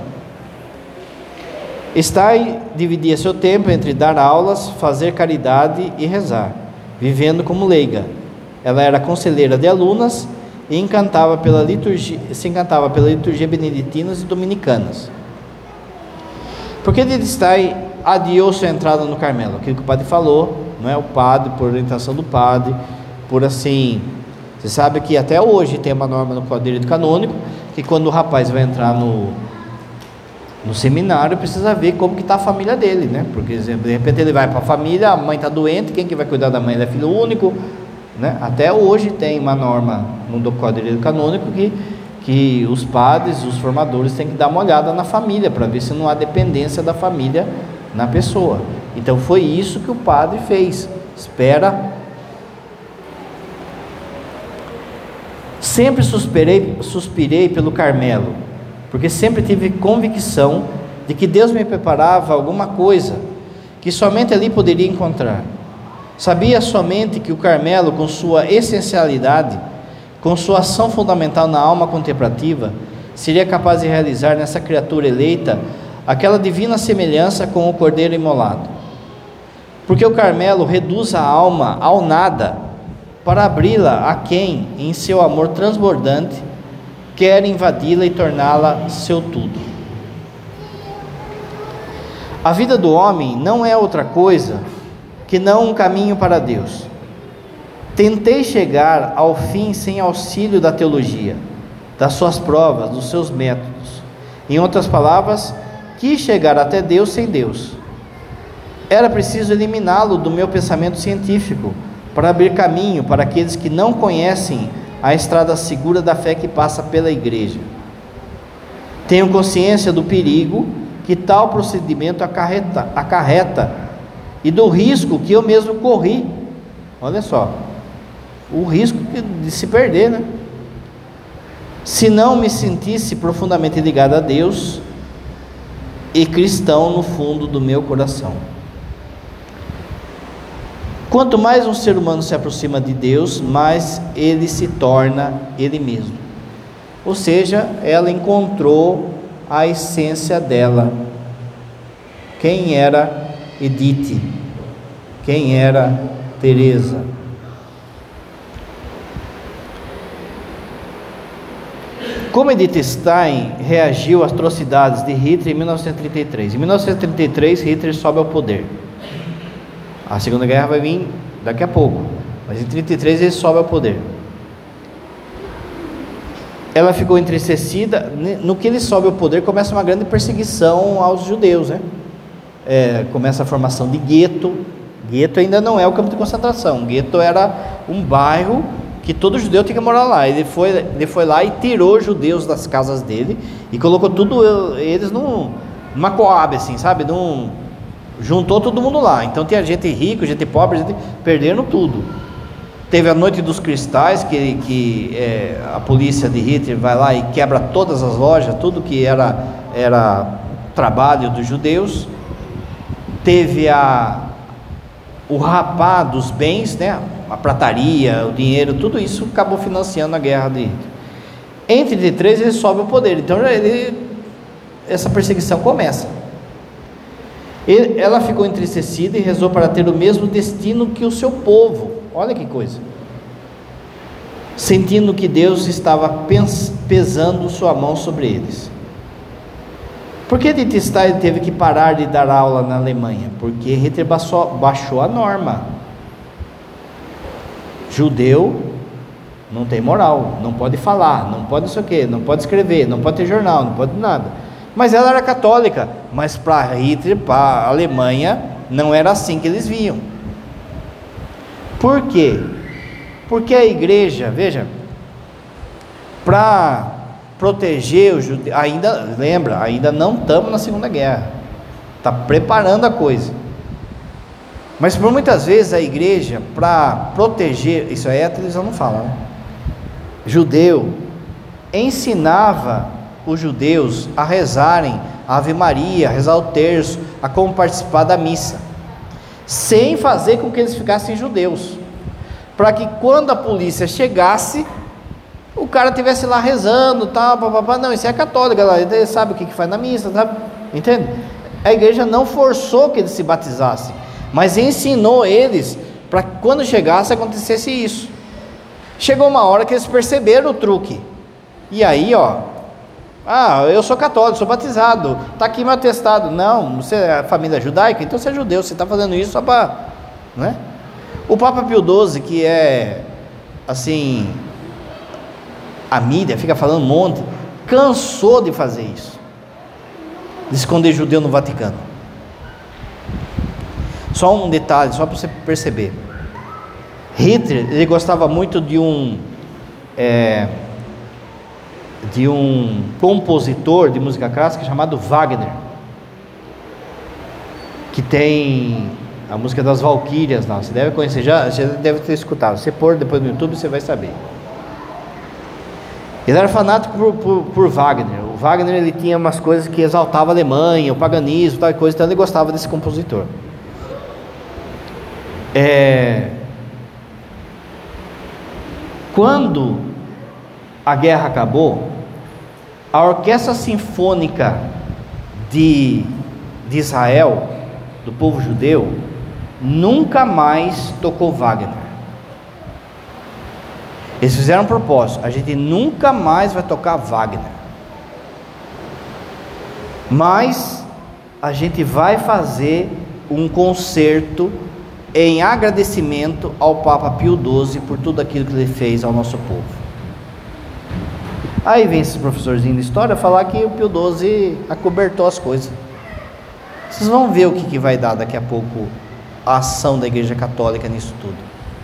S1: Stein dividia seu tempo entre dar aulas, fazer caridade e rezar, vivendo como leiga. Ela era conselheira de alunas e se encantava pela liturgia beneditinas e dominicanas. Por que Edith Stein adiou sua entrada no Carmelo? Aquilo que o padre falou, não é? O padre, por orientação do padre, por assim, você sabe que até hoje tem uma norma no Código Canônico, que quando o rapaz vai entrar no seminário, precisa ver como que está a família dele, né? Porque de repente ele vai para a família, a mãe está doente, quem que vai cuidar da mãe? Ele é filho único, né? Até hoje tem uma norma no Código Canônico que os padres, os formadores têm que dar uma olhada na família para ver se não há dependência da família na pessoa. Então foi isso que o padre fez. Espera. Sempre suspirei pelo Carmelo, porque sempre tive convicção de que Deus me preparava alguma coisa que somente ali poderia encontrar. Sabia somente que o Carmelo, com sua essencialidade, com sua ação fundamental na alma contemplativa, seria capaz de realizar nessa criatura eleita aquela divina semelhança com o Cordeiro imolado. Porque o Carmelo reduz a alma ao nada para abri-la a quem, em seu amor transbordante, quer invadi-la e torná-la seu tudo. A vida do homem não é outra coisa que não um caminho para Deus. Tentei chegar ao fim sem auxílio da teologia, das suas provas, dos seus métodos. Em outras palavras, quis chegar até Deus sem Deus. Era preciso eliminá-lo do meu pensamento científico, para abrir caminho para aqueles que não conhecem a estrada segura da fé que passa pela igreja. Tenho consciência do perigo que tal procedimento acarreta e do risco que eu mesmo corri. Olha só, o risco de se perder, né? Se não me sentisse profundamente ligado a Deus e cristão no fundo do meu coração. Quanto mais um ser humano se aproxima de Deus, mais ele se torna ele mesmo. Ou seja, ela encontrou a essência dela. Quem era Edith? Quem era Teresa? Como Edith Stein reagiu às atrocidades de Hitler em 1933? Em 1933, Hitler sobe ao poder. A Segunda Guerra vai vir daqui a pouco, mas em 1933 ele sobe ao poder. Ela ficou entristecida. No que ele sobe ao poder, começa uma grande perseguição aos judeus, né? Começa a formação de gueto. Gueto ainda não é o campo de concentração. Gueto era um bairro que todo judeu tinha que morar lá. Ele foi lá e tirou os judeus das casas dele e colocou tudo eles numa coab, assim, sabe? Juntou todo mundo lá. Então tinha gente rica, gente pobre, gente perdendo tudo. Teve a Noite dos Cristais, que a polícia de Hitler vai lá e quebra todas as lojas, tudo que era trabalho dos judeus. Teve o rapar dos bens, né? A prataria, o dinheiro, tudo isso acabou financiando a guerra de Hitler. Em 1933 ele sobe ao poder. Então essa perseguição começa. Ela ficou entristecida e rezou para ter o mesmo destino que o seu povo. Olha que coisa. Sentindo que Deus estava pesando sua mão sobre eles. Por que Edith Stein teve que parar de dar aula na Alemanha? Porque Hitler baixou a norma. Judeu não tem moral, não pode falar, não pode não sei o quê, não pode escrever, não pode ter jornal, não pode nada. Mas ela era católica, mas para Hitler, para a Alemanha, não era assim que eles viam. Por quê? Porque a igreja, veja, para proteger os judeus, ainda não estamos na Segunda Guerra, está preparando a coisa. Mas por muitas vezes a igreja, para proteger, isso aí a televisão não fala, né? Judeu, ensinava os judeus a rezarem a Ave Maria, a rezar o terço, a como participar da missa, sem fazer com que eles ficassem judeus, para que quando a polícia chegasse, o cara estivesse lá rezando, tal, papapá. Não, isso é católico, ele sabe o que faz na missa, sabe? Entende? A igreja não forçou que eles se batizassem, mas ensinou eles para que quando chegasse acontecesse isso. Chegou uma hora que eles perceberam o truque, e aí eu sou católico, sou batizado, está aqui meu atestado. Não, você é família judaica, então você é judeu, você está fazendo isso só para, né? O Papa Pio XII, que é assim, a mídia fica falando um monte, cansou de fazer isso, de esconder judeu no Vaticano. Só um detalhe, só para você perceber. Hitler, ele gostava muito de de um compositor de música clássica chamado Wagner, que tem a música das Valquírias. Não, você deve conhecer, já deve ter escutado. Você pôr depois no YouTube, você vai saber. Ele era fanático por Wagner. O Wagner, ele tinha umas coisas que exaltava a Alemanha, o paganismo, tal coisa, então ele gostava desse compositor. Quando a guerra acabou, a Orquestra Sinfônica de Israel, do povo judeu, nunca mais tocou Wagner. Eles fizeram um propósito: a gente nunca mais vai tocar Wagner, mas a gente vai fazer um concerto em agradecimento ao Papa Pio XII por tudo aquilo que ele fez ao nosso povo. Aí vem esses professorzinhos de história falar que o Pio XII acobertou as coisas. Vocês vão ver o que vai dar daqui a pouco a ação da Igreja Católica nisso tudo.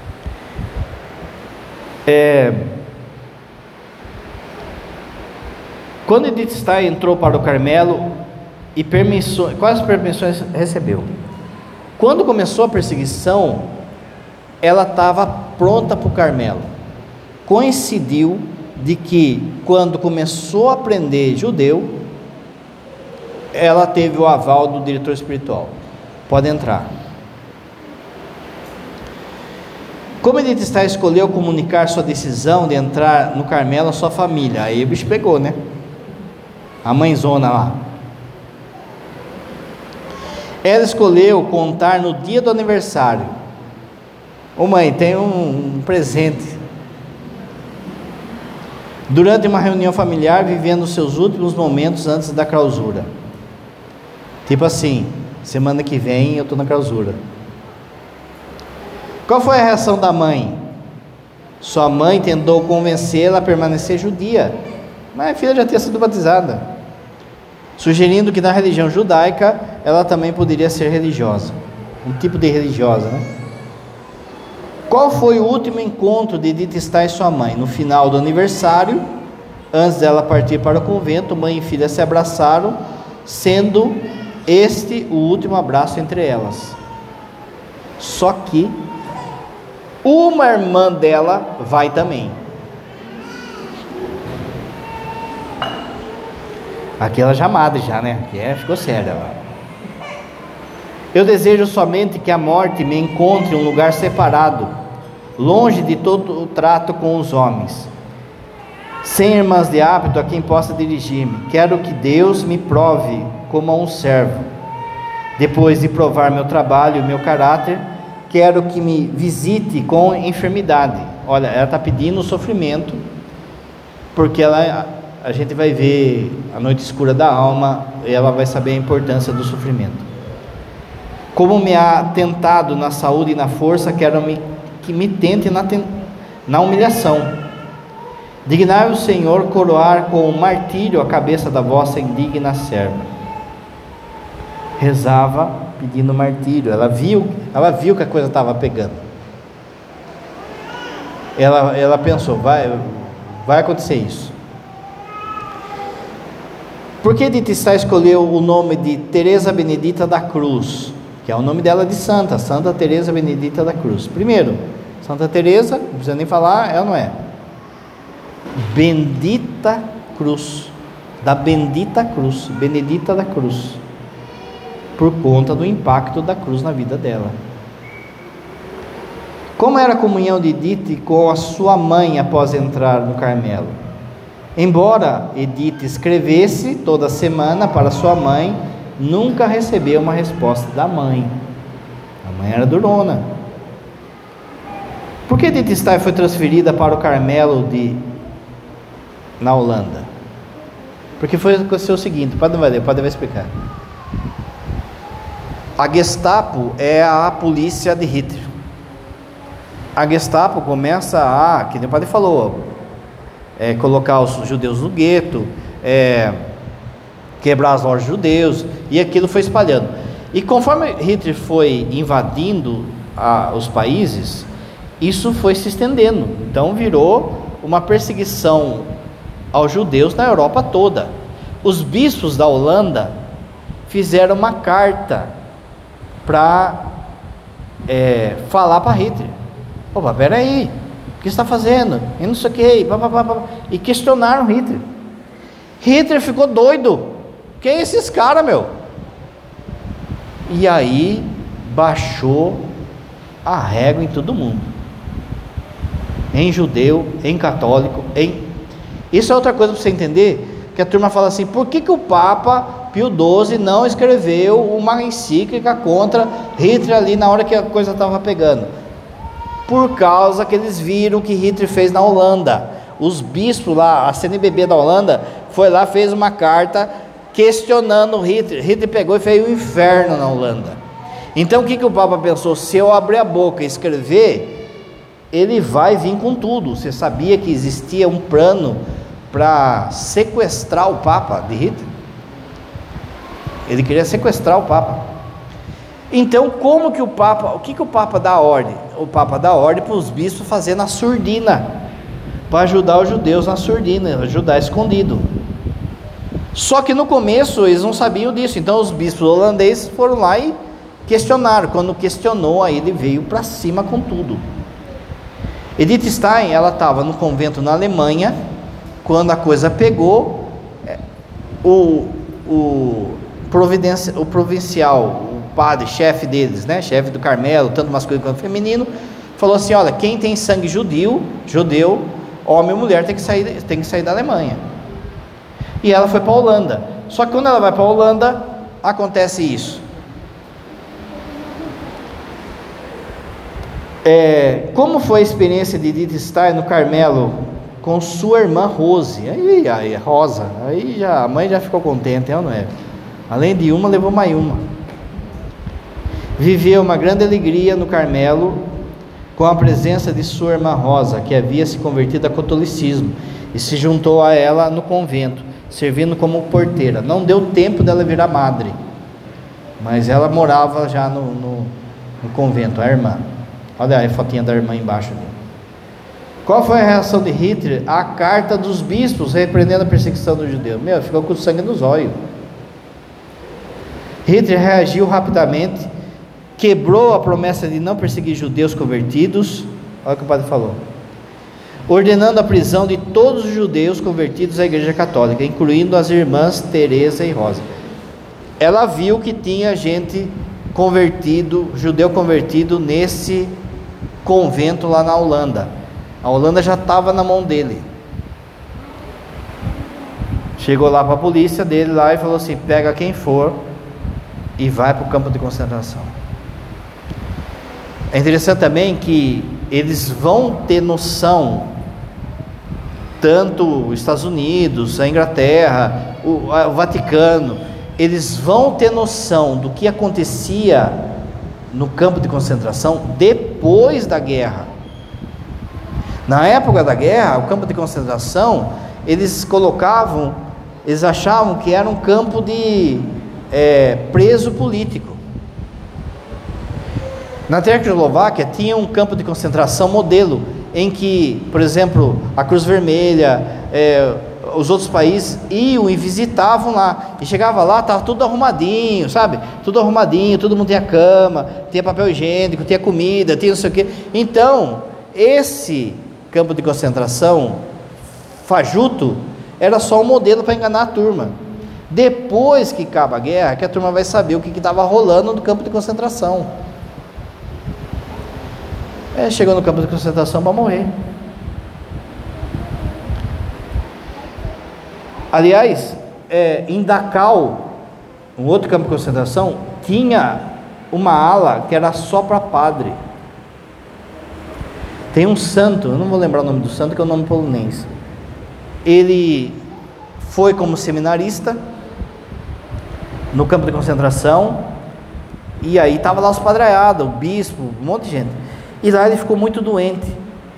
S1: Quando Edith Stein entrou para o Carmelo, e quais permissões recebeu? Quando começou a perseguição, ela estava pronta para o Carmelo. Coincidiu de que, quando começou a aprender judeu, ela teve o aval do diretor espiritual: pode entrar. Como Edith Stein escolheu comunicar sua decisão de entrar no Carmelo à sua família, aí o bicho pegou, né? A mãezona lá. Ela escolheu contar no dia do aniversário: ô mãe, tem um presente. Durante uma reunião familiar, vivendo os seus últimos momentos antes da clausura. Tipo assim, semana que vem eu estou na clausura. Qual foi a reação da mãe? Sua mãe tentou convencê-la a permanecer judia, mas a filha já tinha sido batizada, sugerindo que na religião judaica ela também poderia ser religiosa, um tipo de religiosa, né? Qual foi o último encontro de Edith Stein e sua mãe? No final do aniversário, antes dela partir para o convento, mãe e filha se abraçaram, sendo este o último abraço entre elas. Só que uma irmã dela vai também. Aquela já madre já, né? Ficou séria lá. Eu desejo somente que a morte me encontre em um lugar separado, longe de todo o trato com os homens, sem irmãs de hábito a quem possa dirigir-me. Quero que Deus me prove como a um servo. Depois de provar meu trabalho e meu caráter, quero que me visite com enfermidade. Olha, ela está pedindo sofrimento, porque a gente vai ver a noite escura da alma, e ela vai saber a importância do sofrimento. Como me há tentado na saúde e na força, quero que me tente na humilhação. Dignai o Senhor coroar com o martírio a cabeça da vossa indigna serva. Rezava pedindo martírio. Ela viu que a coisa estava pegando. Ela pensou: vai acontecer isso. Por que Edith Stein escolheu o nome de Teresa Benedita da Cruz, que é o nome dela de santa, Santa Teresa Benedita da Cruz? Primeiro, Santa Teresa, não precisa nem falar, ela não é. Bendita Cruz, da Bendita Cruz, Benedita da Cruz, por conta do impacto da cruz na vida dela. Como era a comunhão de Edith com a sua mãe após entrar no Carmelo? Embora Edith escrevesse toda semana para sua mãe, nunca recebeu uma resposta da mãe. A mãe era durona. Por que Edith Stein foi transferida para o Carmelo na Holanda? Porque aconteceu o seguinte: pode explicar. A Gestapo é a polícia de Hitler. A Gestapo começa que nem o padre falou, colocar os judeus no gueto, quebrar as lojas judeus, e aquilo foi espalhando. E conforme Hitler foi invadindo os países, isso foi se estendendo. Então virou uma perseguição aos judeus na Europa toda. Os bispos da Holanda fizeram uma carta para falar para Hitler: opa, peraí, o que está fazendo? E não sei o que, e questionaram Hitler. Hitler ficou doido. Quem é esses caras, meu? E aí baixou a régua em todo mundo, em judeu, em católico, Isso é outra coisa para você entender, que a turma fala assim: por que o Papa Pio XII não escreveu uma encíclica contra Hitler ali na hora que a coisa estava pegando? Por causa que eles viram o que Hitler fez na Holanda. Os bispos lá, a CNBB da Holanda, foi lá, fez uma carta questionando Hitler. Hitler pegou e fez o inferno na Holanda. Então o que o Papa pensou? Se eu abrir a boca e escrever, ele vai vir com tudo. Você sabia que existia um plano para sequestrar o Papa de Hitler? Ele queria sequestrar o Papa. Então como que o Papa, o que o Papa dá ordem? O Papa dá ordem para os bispos fazer na surdina, para ajudar os judeus na surdina, ajudar escondido. Só que no começo eles não sabiam disso, então os bispos holandeses foram lá e questionaram. Quando questionou, aí ele veio para cima com tudo. Edith Stein, ela estava no convento na Alemanha, quando a coisa pegou, o provincial, o padre, chefe deles, né, chefe do Carmelo, tanto masculino quanto feminino, falou assim: olha, quem tem sangue judeu, homem ou mulher, tem que sair da Alemanha. E ela foi para a Holanda. Só que quando ela vai para a Holanda, acontece isso. Como foi a experiência de Edith Stein no Carmelo com sua irmã Rose? Aí Rosa, aí a mãe já ficou contente, não é? Além de uma, levou mais uma. Viveu uma grande alegria no Carmelo com a presença de sua irmã Rosa, que havia se convertido ao catolicismo, e se juntou a ela no convento, servindo como porteira. Não deu tempo dela virar madre, mas ela morava já no convento, a irmã. Olha aí a fotinha da irmã embaixo ali. Qual foi a reação de Hitler à carta dos bispos repreendendo a perseguição dos judeus? Ficou com sangue nos olhos. Hitler reagiu rapidamente, quebrou a promessa de não perseguir judeus convertidos. Olha o que o padre falou: ordenando a prisão de todos os judeus convertidos à Igreja Católica, incluindo as irmãs Teresa e Rosa. Ela viu que tinha gente convertido, judeu convertido nesse convento lá na Holanda. A Holanda já estava na mão dele. Chegou lá para a polícia dele lá e falou assim: pega quem for e vai para o campo de concentração. É interessante também que eles vão ter noção, tanto os Estados Unidos, a Inglaterra, o Vaticano, eles vão ter noção do que acontecia no campo de concentração depois da guerra. Na época da guerra, o campo de concentração, eles achavam que era um campo de preso político. Na Tchecoslováquia tinha um campo de concentração modelo, em que, por exemplo, a Cruz Vermelha, os outros países iam e visitavam lá, e chegava lá, estava tudo arrumadinho, sabe? Tudo arrumadinho, todo mundo tinha cama, tinha papel higiênico, tinha comida, tinha não sei o quê. Então, esse campo de concentração fajuto era só um modelo para enganar a turma. Depois que acaba a guerra, que a turma vai saber o que estava rolando no campo de concentração. Chegou no campo de concentração para morrer. Aliás, em Dachau, um outro campo de concentração, tinha uma ala que era só para padre. Tem um santo, eu não vou lembrar o nome do santo, que é o nome polonês. Ele foi como seminarista no campo de concentração, e aí estava lá os padraiados, o bispo, um monte de gente. E lá ele ficou muito doente.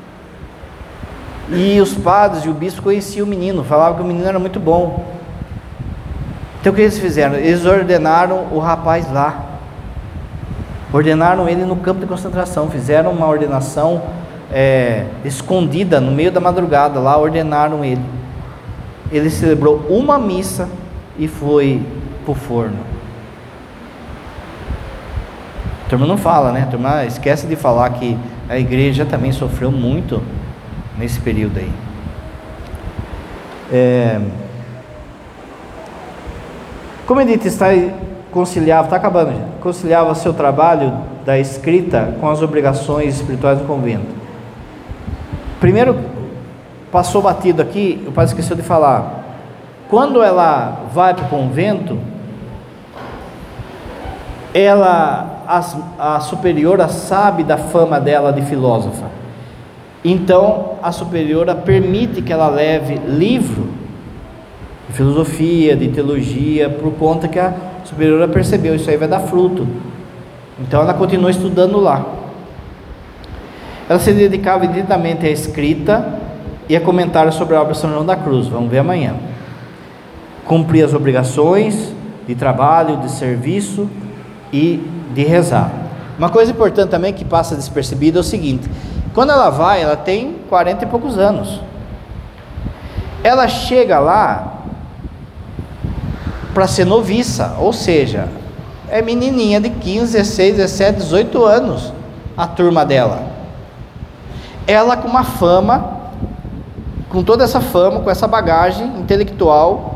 S1: E os padres e o bispo conheciam o menino, falavam que o menino era muito bom. Então o que eles fizeram? Eles ordenaram o rapaz lá. Ordenaram ele no campo de concentração. Fizeram uma ordenação escondida no meio da madrugada. Lá ordenaram ele. ele celebrou uma missa e foi para o forno. A turma não fala, né? A turma esquece de falar que a igreja também sofreu muito nesse período aí. Como Edith Stein conciliava, está acabando já, conciliava seu trabalho da escrita com as obrigações espirituais do convento. Primeiro, passou batido aqui, o padre esqueceu de falar, quando ela vai para o convento, a superiora sabe da fama dela de filósofa, então a superiora permite que ela leve livro de filosofia, de teologia, por conta que a superiora percebeu, isso aí vai dar fruto, então ela continuou estudando lá. Ela se dedicava diretamente à escrita e a comentários sobre a obra de São João da Cruz, vamos ver amanhã. Cumpria as obrigações de trabalho, de serviço e de rezar. Uma coisa importante também que passa despercebida é o seguinte: quando ela vai, ela tem 40 e poucos anos, ela chega lá para ser noviça, ou seja, é menininha de 15, 16, 17, 18 anos, a turma dela. Ela com uma fama, com toda essa fama, com essa bagagem intelectual,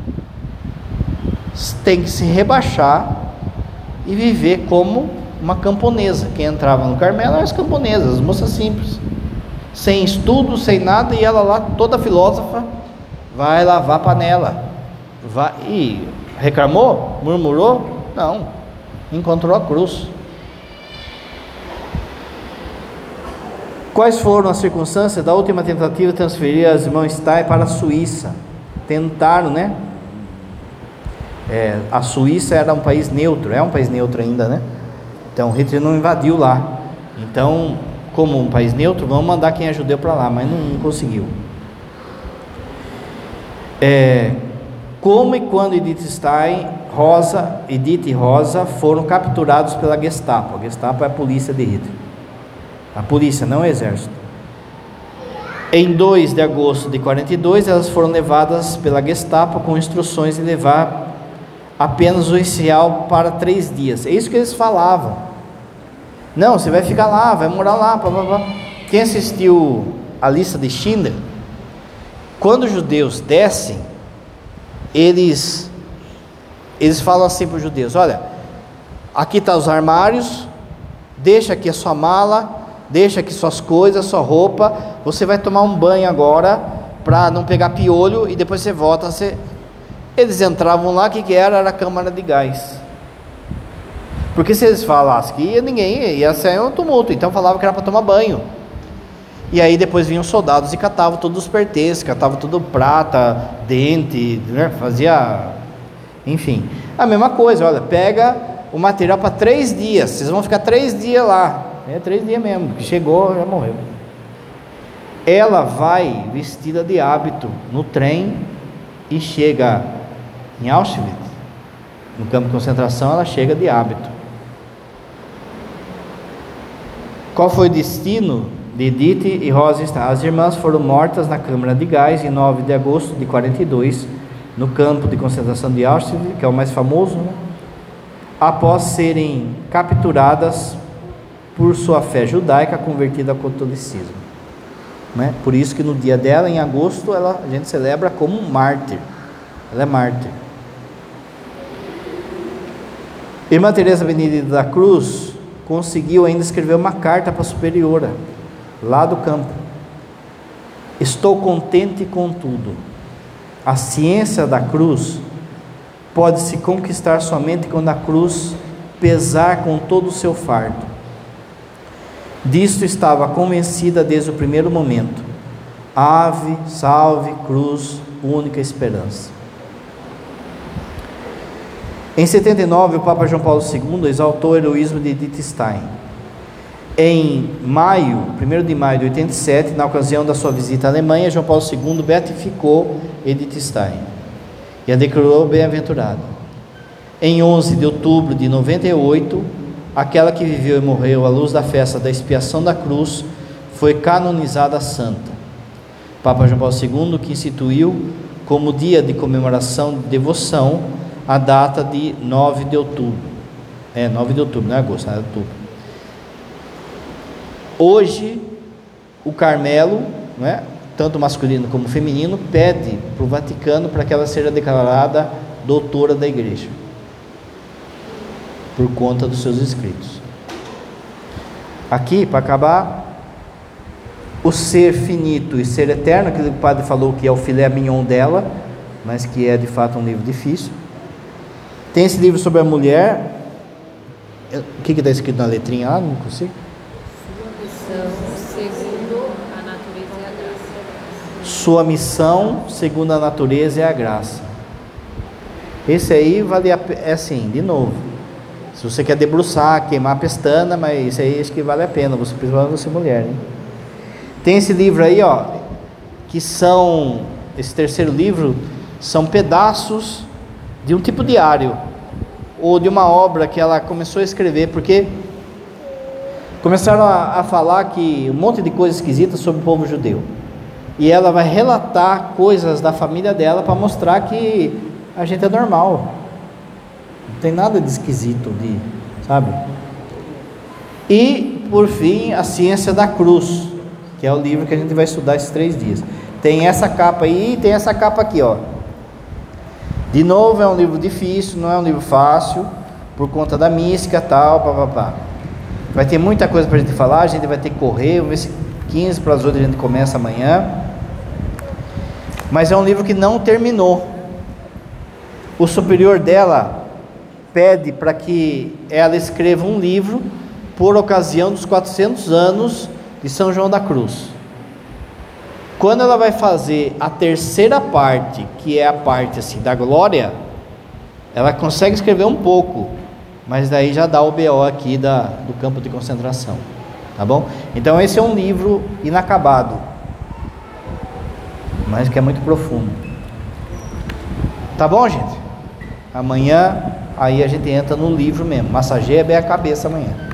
S1: tem que se rebaixar e viver como uma camponesa. Quem entrava no Carmelo eram as camponesas, as moças simples, sem estudo, sem nada, e ela lá, toda filósofa, vai lavar panela, vai, e reclamou, murmurou? Não, encontrou a cruz. Quais foram as circunstâncias da última tentativa de transferir as irmãs Stein para a Suíça? Tentaram, né? A Suíça era um país neutro, é um país neutro ainda, né? Então Hitler não invadiu lá. Então, como um país neutro, vamos mandar quem é judeu para lá, mas não conseguiu. Como e quando Edith Stein, Edith e Rosa foram capturados pela Gestapo. A Gestapo é a polícia de Hitler. A polícia, não o exército. Em 2 de agosto de 42, elas foram levadas pela Gestapo com instruções de levar apenas o oficial para 3 dias. É isso que eles falavam. Não, você vai ficar lá, vai morar lá, blá, blá, blá. Quem assistiu a lista de Schindler, quando os judeus descem, eles falam assim para os judeus: olha, aqui estão os armários, deixa aqui a sua mala, deixa aqui suas coisas, sua roupa, você vai tomar um banho agora, para não pegar piolho, e depois você volta. Eles entravam lá, o que era? Era a câmara de gás, porque se eles falassem que ninguém ia sair um tumulto, então falavam que era para tomar banho, e aí depois vinham soldados e catavam todos os pertences, catavam tudo, prata, dente, né? Fazia, enfim, a mesma coisa. Olha, pega o material para 3 dias, vocês vão ficar 3 dias lá. 3 dias mesmo, que chegou, já morreu. Ela vai vestida de hábito no trem e chega em Auschwitz, no campo de concentração. Ela chega de hábito. Qual foi o destino de Edith e Rosa? As irmãs foram mortas na câmara de gás em 9 de agosto de 42, no campo de concentração de Auschwitz, que é o mais famoso, né? Após serem capturadas por sua fé judaica convertida ao catolicismo, né? Por isso que no dia dela, em agosto, a gente celebra como um mártir. Ela é mártir. Irmã Teresa Benedita da Cruz conseguiu ainda escrever uma carta para a superiora lá do campo: estou contente com tudo. A ciência da cruz pode se conquistar somente quando a cruz pesar com todo o seu fardo. Disto estava convencida desde o primeiro momento. Ave, salve, cruz, única esperança. Em 79, o Papa João Paulo II exaltou o heroísmo de Edith Stein. Em 1 de maio de 87, na ocasião da sua visita à Alemanha, João Paulo II beatificou Edith Stein e a declarou bem-aventurada. Em 11 de outubro de 98, aquela que viveu e morreu à luz da festa da expiação da cruz foi canonizada santa. Papa João Paulo II, que instituiu como dia de comemoração de devoção a data de 9 de outubro. 9 de outubro, não é agosto, é outubro. Hoje, o Carmelo, não é, tanto masculino como feminino, pede para o Vaticano para que ela seja declarada doutora da igreja, por conta dos seus escritos. Aqui, para acabar, o ser finito e ser eterno, aquele que o padre falou que é o filé mignon dela, mas que é de fato um livro difícil. Tem esse livro sobre a mulher. O que está escrito na letrinha lá? Não consigo. Sua missão segundo a natureza e a graça. Esse aí vale é assim, de novo, se você quer debruçar, queimar a pestana, mas isso aí acho que vale a pena, você principalmente você mulher, né? Tem esse livro aí, ó, que são, esse terceiro livro são pedaços de um tipo diário ou de uma obra que ela começou a escrever, porque começaram a falar que um monte de coisas esquisitas sobre o povo judeu, e ela vai relatar coisas da família dela para mostrar que a gente é normal, não tem nada de esquisito, sabe? E por fim, a ciência da cruz, que é o livro que a gente vai estudar esses 3 dias. Tem essa capa aí e tem essa capa aqui, ó. De novo, é um livro difícil, não é um livro fácil, por conta da mística, tal, papapá. Vai ter muita coisa para a gente falar, a gente vai ter que correr, vamos ver se 15 para as 8 a gente começa amanhã. Mas é um livro que não terminou. O superior dela pede para que ela escreva um livro por ocasião dos 400 anos de São João da Cruz. Quando ela vai fazer a terceira parte, que é a parte assim da glória, ela consegue escrever um pouco, mas daí já dá o BO aqui do campo de concentração, tá bom? Então esse é um livro inacabado, mas que é muito profundo. Tá bom, gente? Amanhã aí a gente entra no livro mesmo. Massageia bem a cabeça amanhã.